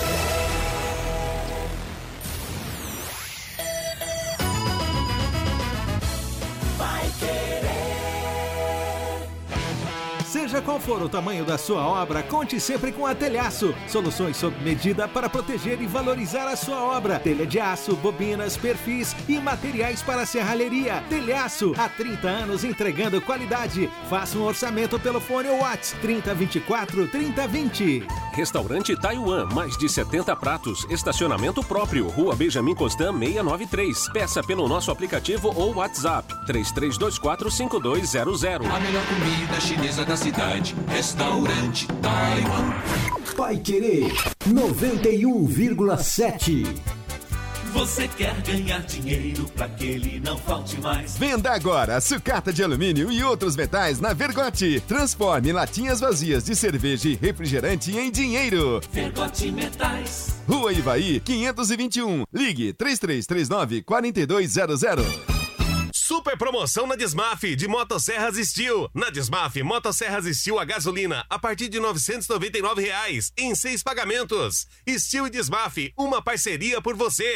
Seja qual for o tamanho da sua obra, conte sempre com a Telhaço. Soluções sob medida para proteger e valorizar a sua obra. Telha de aço, bobinas, perfis e materiais para serralheria. Telhaço, há trinta anos entregando qualidade. Faça um orçamento pelo fone ou WhatsApp trinta, vinte e quatro, trinta, vinte. Restaurante Taiwan, mais de setenta pratos, estacionamento próprio, Rua Benjamin Constant seiscentos e noventa e três. Peça pelo nosso aplicativo ou WhatsApp três três dois quatro, cinco dois zero zero. A melhor comida chinesa da cidade, Restaurante Taiwan. Paiquerê noventa e um vírgula sete. Você quer ganhar dinheiro pra que ele não falte mais? Venda agora sucata de alumínio e outros metais na Vergote. Transforme latinhas vazias de cerveja e refrigerante em dinheiro. Vergote Metais. Rua Ivaí, quinhentos e vinte e um. Ligue três três três nove, quatro dois zero zero. Super promoção na Desmaf de Motosserras Steel. Na Desmaf, Motosserras Steel a gasolina a partir de novecentos e noventa e nove reais em seis pagamentos. Steel e Desmaf, uma parceria por você.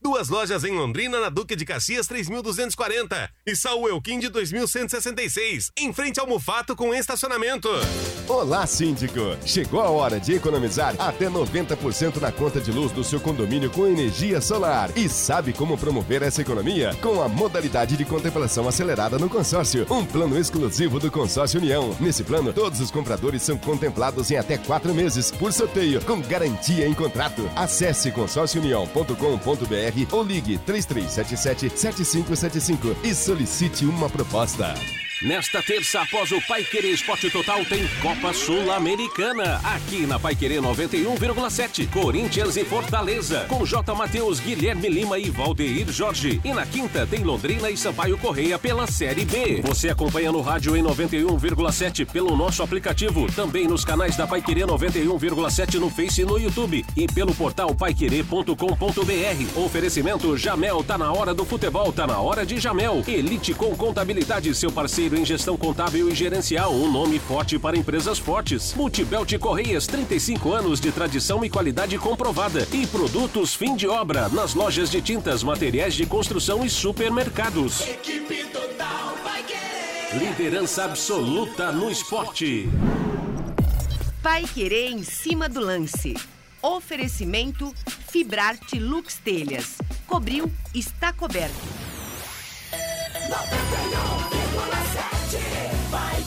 Duas lojas em Londrina, na Duque de Caxias três mil duzentos e quarenta e Saul Elquim de dois mil cento e sessenta e seis, em frente ao Mufato com estacionamento. Olá, síndico! Chegou a hora de economizar até noventa por cento na conta de luz do seu condomínio com energia solar. E sabe como promover essa economia? Com a modalidade de contemplação acelerada no consórcio, um plano exclusivo do Consórcio União. Nesse plano, todos os compradores são contemplados em até quatro meses, por sorteio, com garantia em contrato. Acesse consórcio união ponto com ponto b r ou ligue três três sete sete, sete cinco sete cinco e solicite uma proposta. Nesta terça, após o Paiquerê Esporte Total, tem Copa Sul-Americana. Aqui na Paiquerê noventa e um vírgula sete. Corinthians e Fortaleza, com J. Matheus, Guilherme Lima e Valdeir Jorge. E na quinta, tem Londrina e Sampaio Correia pela Série B. Você acompanha no rádio em noventa e um vírgula sete pelo nosso aplicativo. Também nos canais da Paiquerê noventa e um vírgula sete no Face e no YouTube. E pelo portal paiquerê ponto com ponto b r. Oferecimento Jamel, tá na hora do futebol, tá na hora de Jamel. Elite com Contabilidade, seu parceiro em gestão contábil e gerencial, um nome forte para empresas fortes. Multibelt Correias, trinta e cinco anos de tradição e qualidade comprovada. E produtos fim de obra, nas lojas de tintas, materiais de construção e supermercados. Equipe total vai querer. Liderança absoluta no esporte. Paiquerê em cima do lance. Oferecimento Fibrarte Lux Telhas. Cobriu, está coberto. noventa e um vírgula sete vai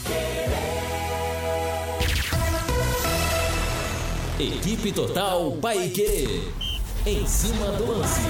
querer. Equipe Total Paiquerê. Em cima do lance.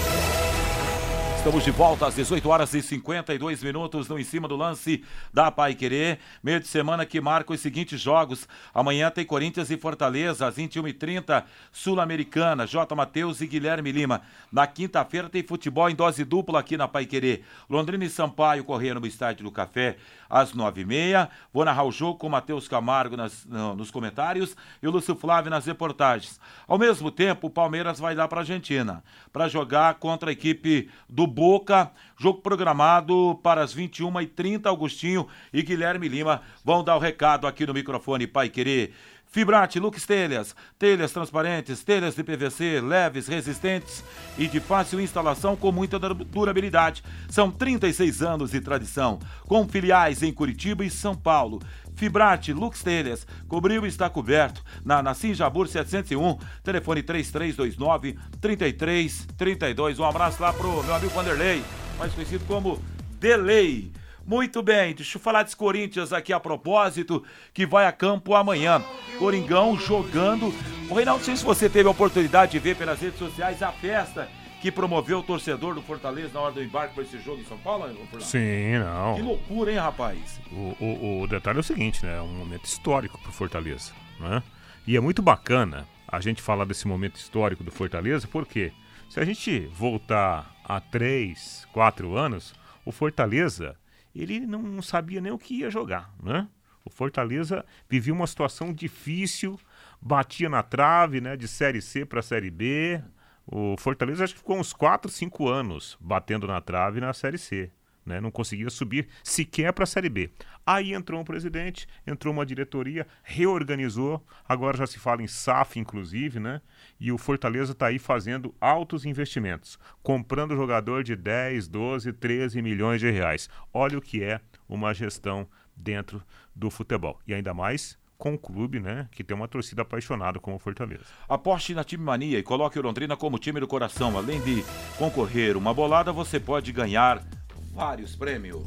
Estamos de volta às dezoito horas e cinquenta e dois minutos no Em Cima do Lance da Paiquerê. Meio de semana que marca os seguintes jogos. Amanhã tem Corinthians e Fortaleza, às vinte e uma e trinta, Sul-Americana, J. Matheus e Guilherme Lima. Na quinta-feira tem futebol em dose dupla aqui na Paiquerê. Londrina e Sampaio Correia no Estádio do Café, às nove e meia. Vou narrar o jogo com o Matheus Camargo nas, no, nos comentários e o Lúcio Flávio nas reportagens. Ao mesmo tempo, o Palmeiras vai lá para a Argentina para jogar contra a equipe do Boca, jogo programado para as vinte e uma e trinta. Augustinho e Guilherme Lima vão dar o recado aqui no microfone Paiquerê. Fibrate Lux Telhas, telhas transparentes, telhas de P V C, leves, resistentes e de fácil instalação com muita durabilidade. São trinta e seis anos de tradição, com filiais em Curitiba e São Paulo. Fibrate Lux Telhas, cobriu e está coberto. Na Nassim Jabur setecentos e um, telefone três três dois nove, três três três dois. Um abraço lá pro meu amigo Vanderlei, mais conhecido como Delay. Muito bem, deixa eu falar desse Corinthians aqui a propósito, que vai a campo amanhã. Coringão jogando. O Reinaldo, não sei se você teve a oportunidade de ver pelas redes sociais a festa que promoveu o torcedor do Fortaleza na hora do embarque para esse jogo em São Paulo. Sim, não. Que loucura, hein, rapaz? O, o, o detalhe é o seguinte, né? É um momento histórico pro Fortaleza, né? E é muito bacana a gente falar desse momento histórico do Fortaleza, porque se a gente voltar a três, quatro anos, o Fortaleza, ele não sabia nem o que ia jogar, né? O Fortaleza vivia uma situação difícil, batia na trave, né? De Série C para Série B. O Fortaleza acho que ficou uns quatro, cinco anos batendo na trave na Série C, né? Não conseguia subir sequer para a Série B. Aí entrou um presidente, entrou uma diretoria, reorganizou, agora já se fala em S A F inclusive, né? E o Fortaleza está aí fazendo altos investimentos, comprando jogador de dez, doze, treze milhões de reais. Olha o que é uma gestão dentro do futebol. E ainda mais com um clube, né, que tem uma torcida apaixonada como o Fortaleza. Aposte na Time Mania e coloque o Londrina como time do coração. Além de concorrer uma bolada, você pode ganhar vários prêmios.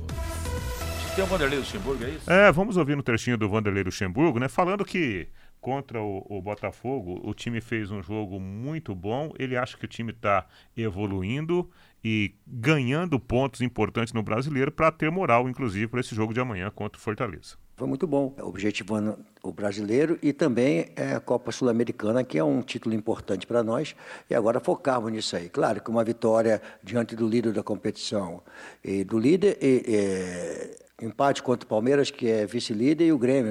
Tem o Vanderlei Luxemburgo, é isso? É, vamos ouvir no trechinho do Vanderlei Luxemburgo, né, falando que contra o, o Botafogo, o time fez um jogo muito bom, ele acha que o time está evoluindo e ganhando pontos importantes no Brasileiro para ter moral, inclusive, para esse jogo de amanhã contra o Fortaleza. Foi muito bom, objetivando o Brasileiro e também a Copa Sul-Americana, que é um título importante para nós, e agora focarmos nisso aí. Claro que uma vitória diante do líder da competição, e do líder, e, e, empate contra o Palmeiras, que é vice-líder, e o Grêmio, né?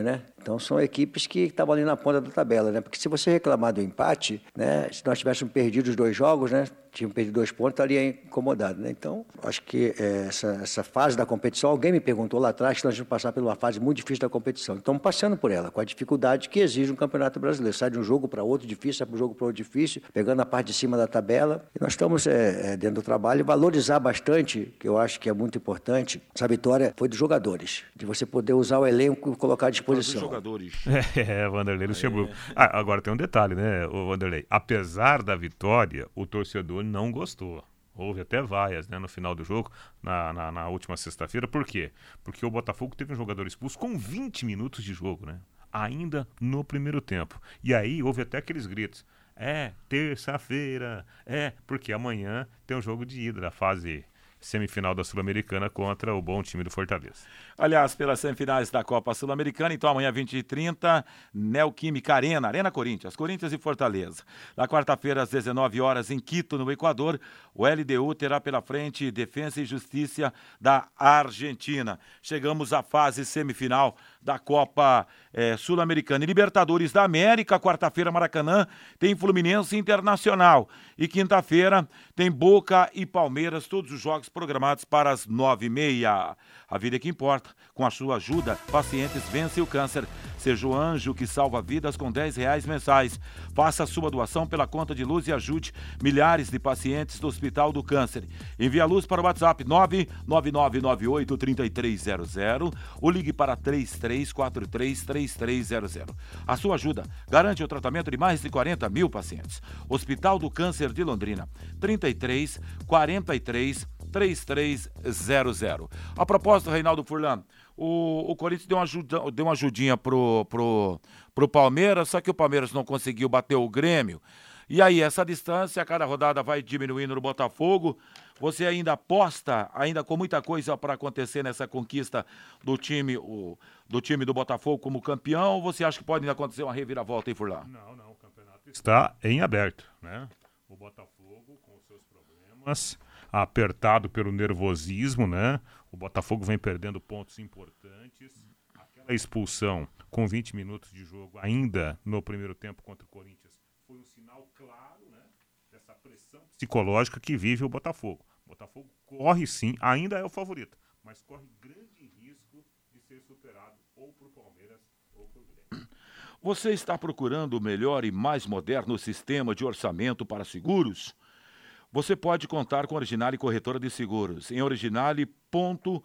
Então são equipes que estavam ali na ponta da tabela, né? Porque se você reclamar do empate, né? Se nós tivéssemos perdido os dois jogos, né? Tinham perdido dois pontos, estaria incomodado, né? Então, acho que é, essa, essa fase da competição, alguém me perguntou lá atrás que nós vamos passar por uma fase muito difícil da competição. Estamos passando por ela, com a dificuldade que exige um campeonato brasileiro. Sai de um jogo para outro difícil, sai de um jogo para outro difícil, pegando a parte de cima da tabela. E nós estamos é, é, dentro do trabalho, valorizar bastante, que eu acho que é muito importante, essa vitória foi dos jogadores, de você poder usar o elenco e colocar à disposição. Dos jogadores. É, Vanderlei Luxemburgo. Ah, agora tem um detalhe, né, o Vanderlei? Apesar da vitória, o torcedor não gostou. Houve até vaias, né, no final do jogo, na, na, na última sexta-feira. Por quê? Porque o Botafogo teve um jogador expulso com vinte minutos de jogo, né? Ainda no primeiro tempo. E aí houve até aqueles gritos. É, terça-feira, é, porque amanhã tem um jogo de ida da fase semifinal da Sul-Americana contra o bom time do Fortaleza. Aliás, pelas semifinais da Copa Sul-Americana, então amanhã vinte e trinta, Neoquímica Arena, Arena Corinthians, Corinthians e Fortaleza. Na quarta-feira, às dezenove horas, em Quito, no Equador, o L D U terá pela frente Defensa e Justiça da Argentina. Chegamos à fase semifinal da Copa eh, Sul-Americana. E Libertadores da América, quarta-feira, Maracanã, tem Fluminense Internacional. E quinta-feira tem Boca e Palmeiras, todos os jogos programados para as nove e meia. A vida é que importa. Com a sua ajuda, pacientes vencem o câncer. Seja o anjo que salva vidas com dez reais mensais. Faça a sua doação pela conta de luz e ajude milhares de pacientes do Hospital do Câncer. Envie a luz para o WhatsApp nove nove nove nove oito três três zero zero ou ligue para três três quatro três três três zero zero. A sua ajuda garante o tratamento de mais de quarenta mil pacientes. Hospital do Câncer de Londrina, trinta e três, quarenta e três, três três zero zero. A propósito, Reinaldo Furlan, o, o Corinthians deu uma, ajuda, deu uma ajudinha pro, pro, pro Palmeiras, só que o Palmeiras não conseguiu bater o Grêmio. E aí, essa distância, a cada rodada vai diminuindo no Botafogo. Você ainda aposta, ainda com muita coisa para acontecer nessa conquista do time, o, do time do Botafogo como campeão, ou você acha que pode ainda acontecer uma reviravolta aí, Furlan? Não, não, o campeonato está em aberto, né? O Botafogo com os seus problemas, apertado pelo nervosismo, né? O Botafogo vem perdendo pontos importantes. Aquela expulsão com vinte minutos de jogo ainda no primeiro tempo contra o Corinthians foi um sinal claro, né, dessa pressão psicológica que vive o Botafogo. O Botafogo corre sim, ainda é o favorito, mas corre grande risco de ser superado ou por Palmeiras ou por Grêmio. Você está procurando o melhor e mais moderno sistema de orçamento para seguros? Você pode contar com a Originale Corretora de Seguros em originale ponto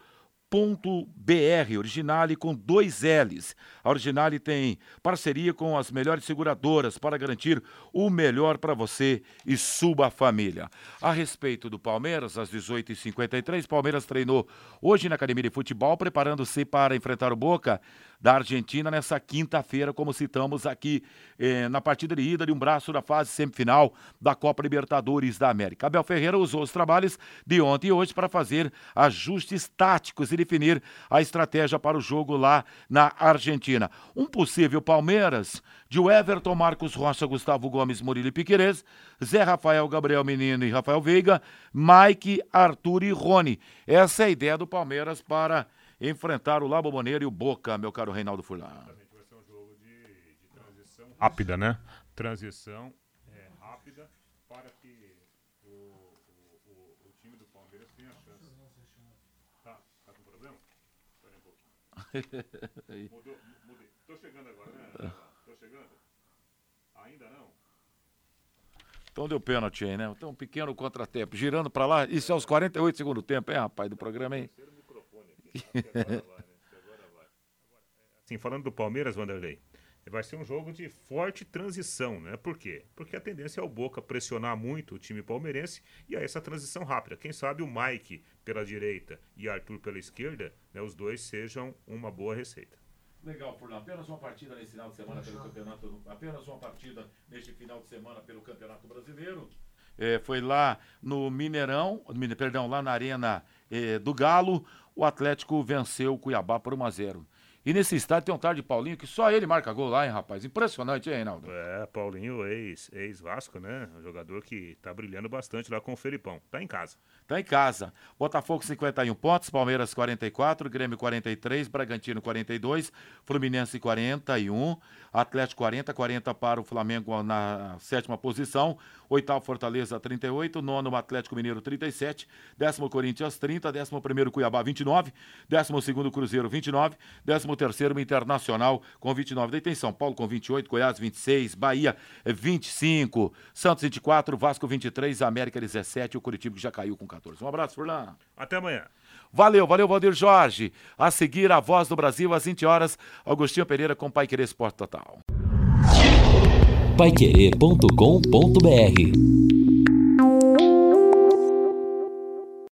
.br, Originale com dois L's. A Originale tem parceria com as melhores seguradoras para garantir o melhor para você e sua família. A respeito do Palmeiras, às dezoito e cinquenta e três, Palmeiras treinou hoje na Academia de Futebol, preparando-se para enfrentar o Boca da Argentina nessa quinta-feira, como citamos aqui eh, na partida de ida de um braço da fase semifinal da Copa Libertadores da América. Abel Ferreira usou os trabalhos de ontem e hoje para fazer ajustes táticos e definir a estratégia para o jogo lá na Argentina. Um possível Palmeiras de Everton, Marcos Rocha, Gustavo Gomes, Murilo e Piquerez, Zé Rafael, Gabriel Menino e Rafael Veiga, Mike, Arthur e Rony. Essa é a ideia do Palmeiras para enfrentar o La Bombonera e o Boca, meu caro Reinaldo Furlan. Vai ser um jogo de, de transição rápida, né? Transição é, rápida para que o, o, o, o time do Palmeiras tenha chance. Tá, tá com problema? Espera um pouquinho. Mudou, mudei. Tô chegando agora, né? Tô chegando? Ainda não? Então deu pênalti aí, né? Então um pequeno contratempo. Girando para lá, isso é os quarenta e oito segundos do tempo, hein, rapaz, do programa, hein? Agora vai, né? Agora vai. Sim, falando do Palmeiras, Vanderlei, vai ser um jogo de forte transição, né? Por quê? Porque a tendência é o Boca pressionar muito o time palmeirense e aí essa transição rápida. Quem sabe o Mike pela direita e Arthur pela esquerda, né? Os dois sejam uma boa receita. Legal, Furlan. Apenas uma partida nesse final de semana pelo campeonato, apenas uma partida neste final de semana pelo Campeonato Brasileiro. É, foi lá no Mineirão, perdão, lá na Arena é, do Galo, o Atlético venceu o Cuiabá por um a zero. E nesse estádio tem um tal de Paulinho que só ele marca gol lá, hein, rapaz? Impressionante, hein, Reinaldo? É, Paulinho, ex, ex-Vasco, né? Um jogador que tá brilhando bastante lá com o Felipão. Tá em casa. Tá em casa. Botafogo cinquenta e um pontos, Palmeiras quarenta e quatro, Grêmio quarenta e três, Bragantino quarenta e dois, Fluminense quarenta e um, Atlético quarenta, quarenta para o Flamengo na sétima posição, oitavo Fortaleza trinta e oito, nono Atlético Mineiro trinta e sete, décimo Corinthians trinta, décimo primeiro Cuiabá vinte e nove, décimo segundo Cruzeiro vinte e nove, décimo terceiro Internacional com vinte e nove. Daí tem São Paulo com vinte e oito, Goiás vinte e seis, Bahia vinte e cinco, Santos vinte e quatro, Vasco vinte e três, América dezessete, o Curitiba que já caiu com catorze. Um abraço, Furlan. Até amanhã. Valeu, valeu, Valdir Jorge. A seguir, a Voz do Brasil, às vinte horas, Augustinho Pereira com Paiquerê Esporte Total. paiquerê ponto com ponto br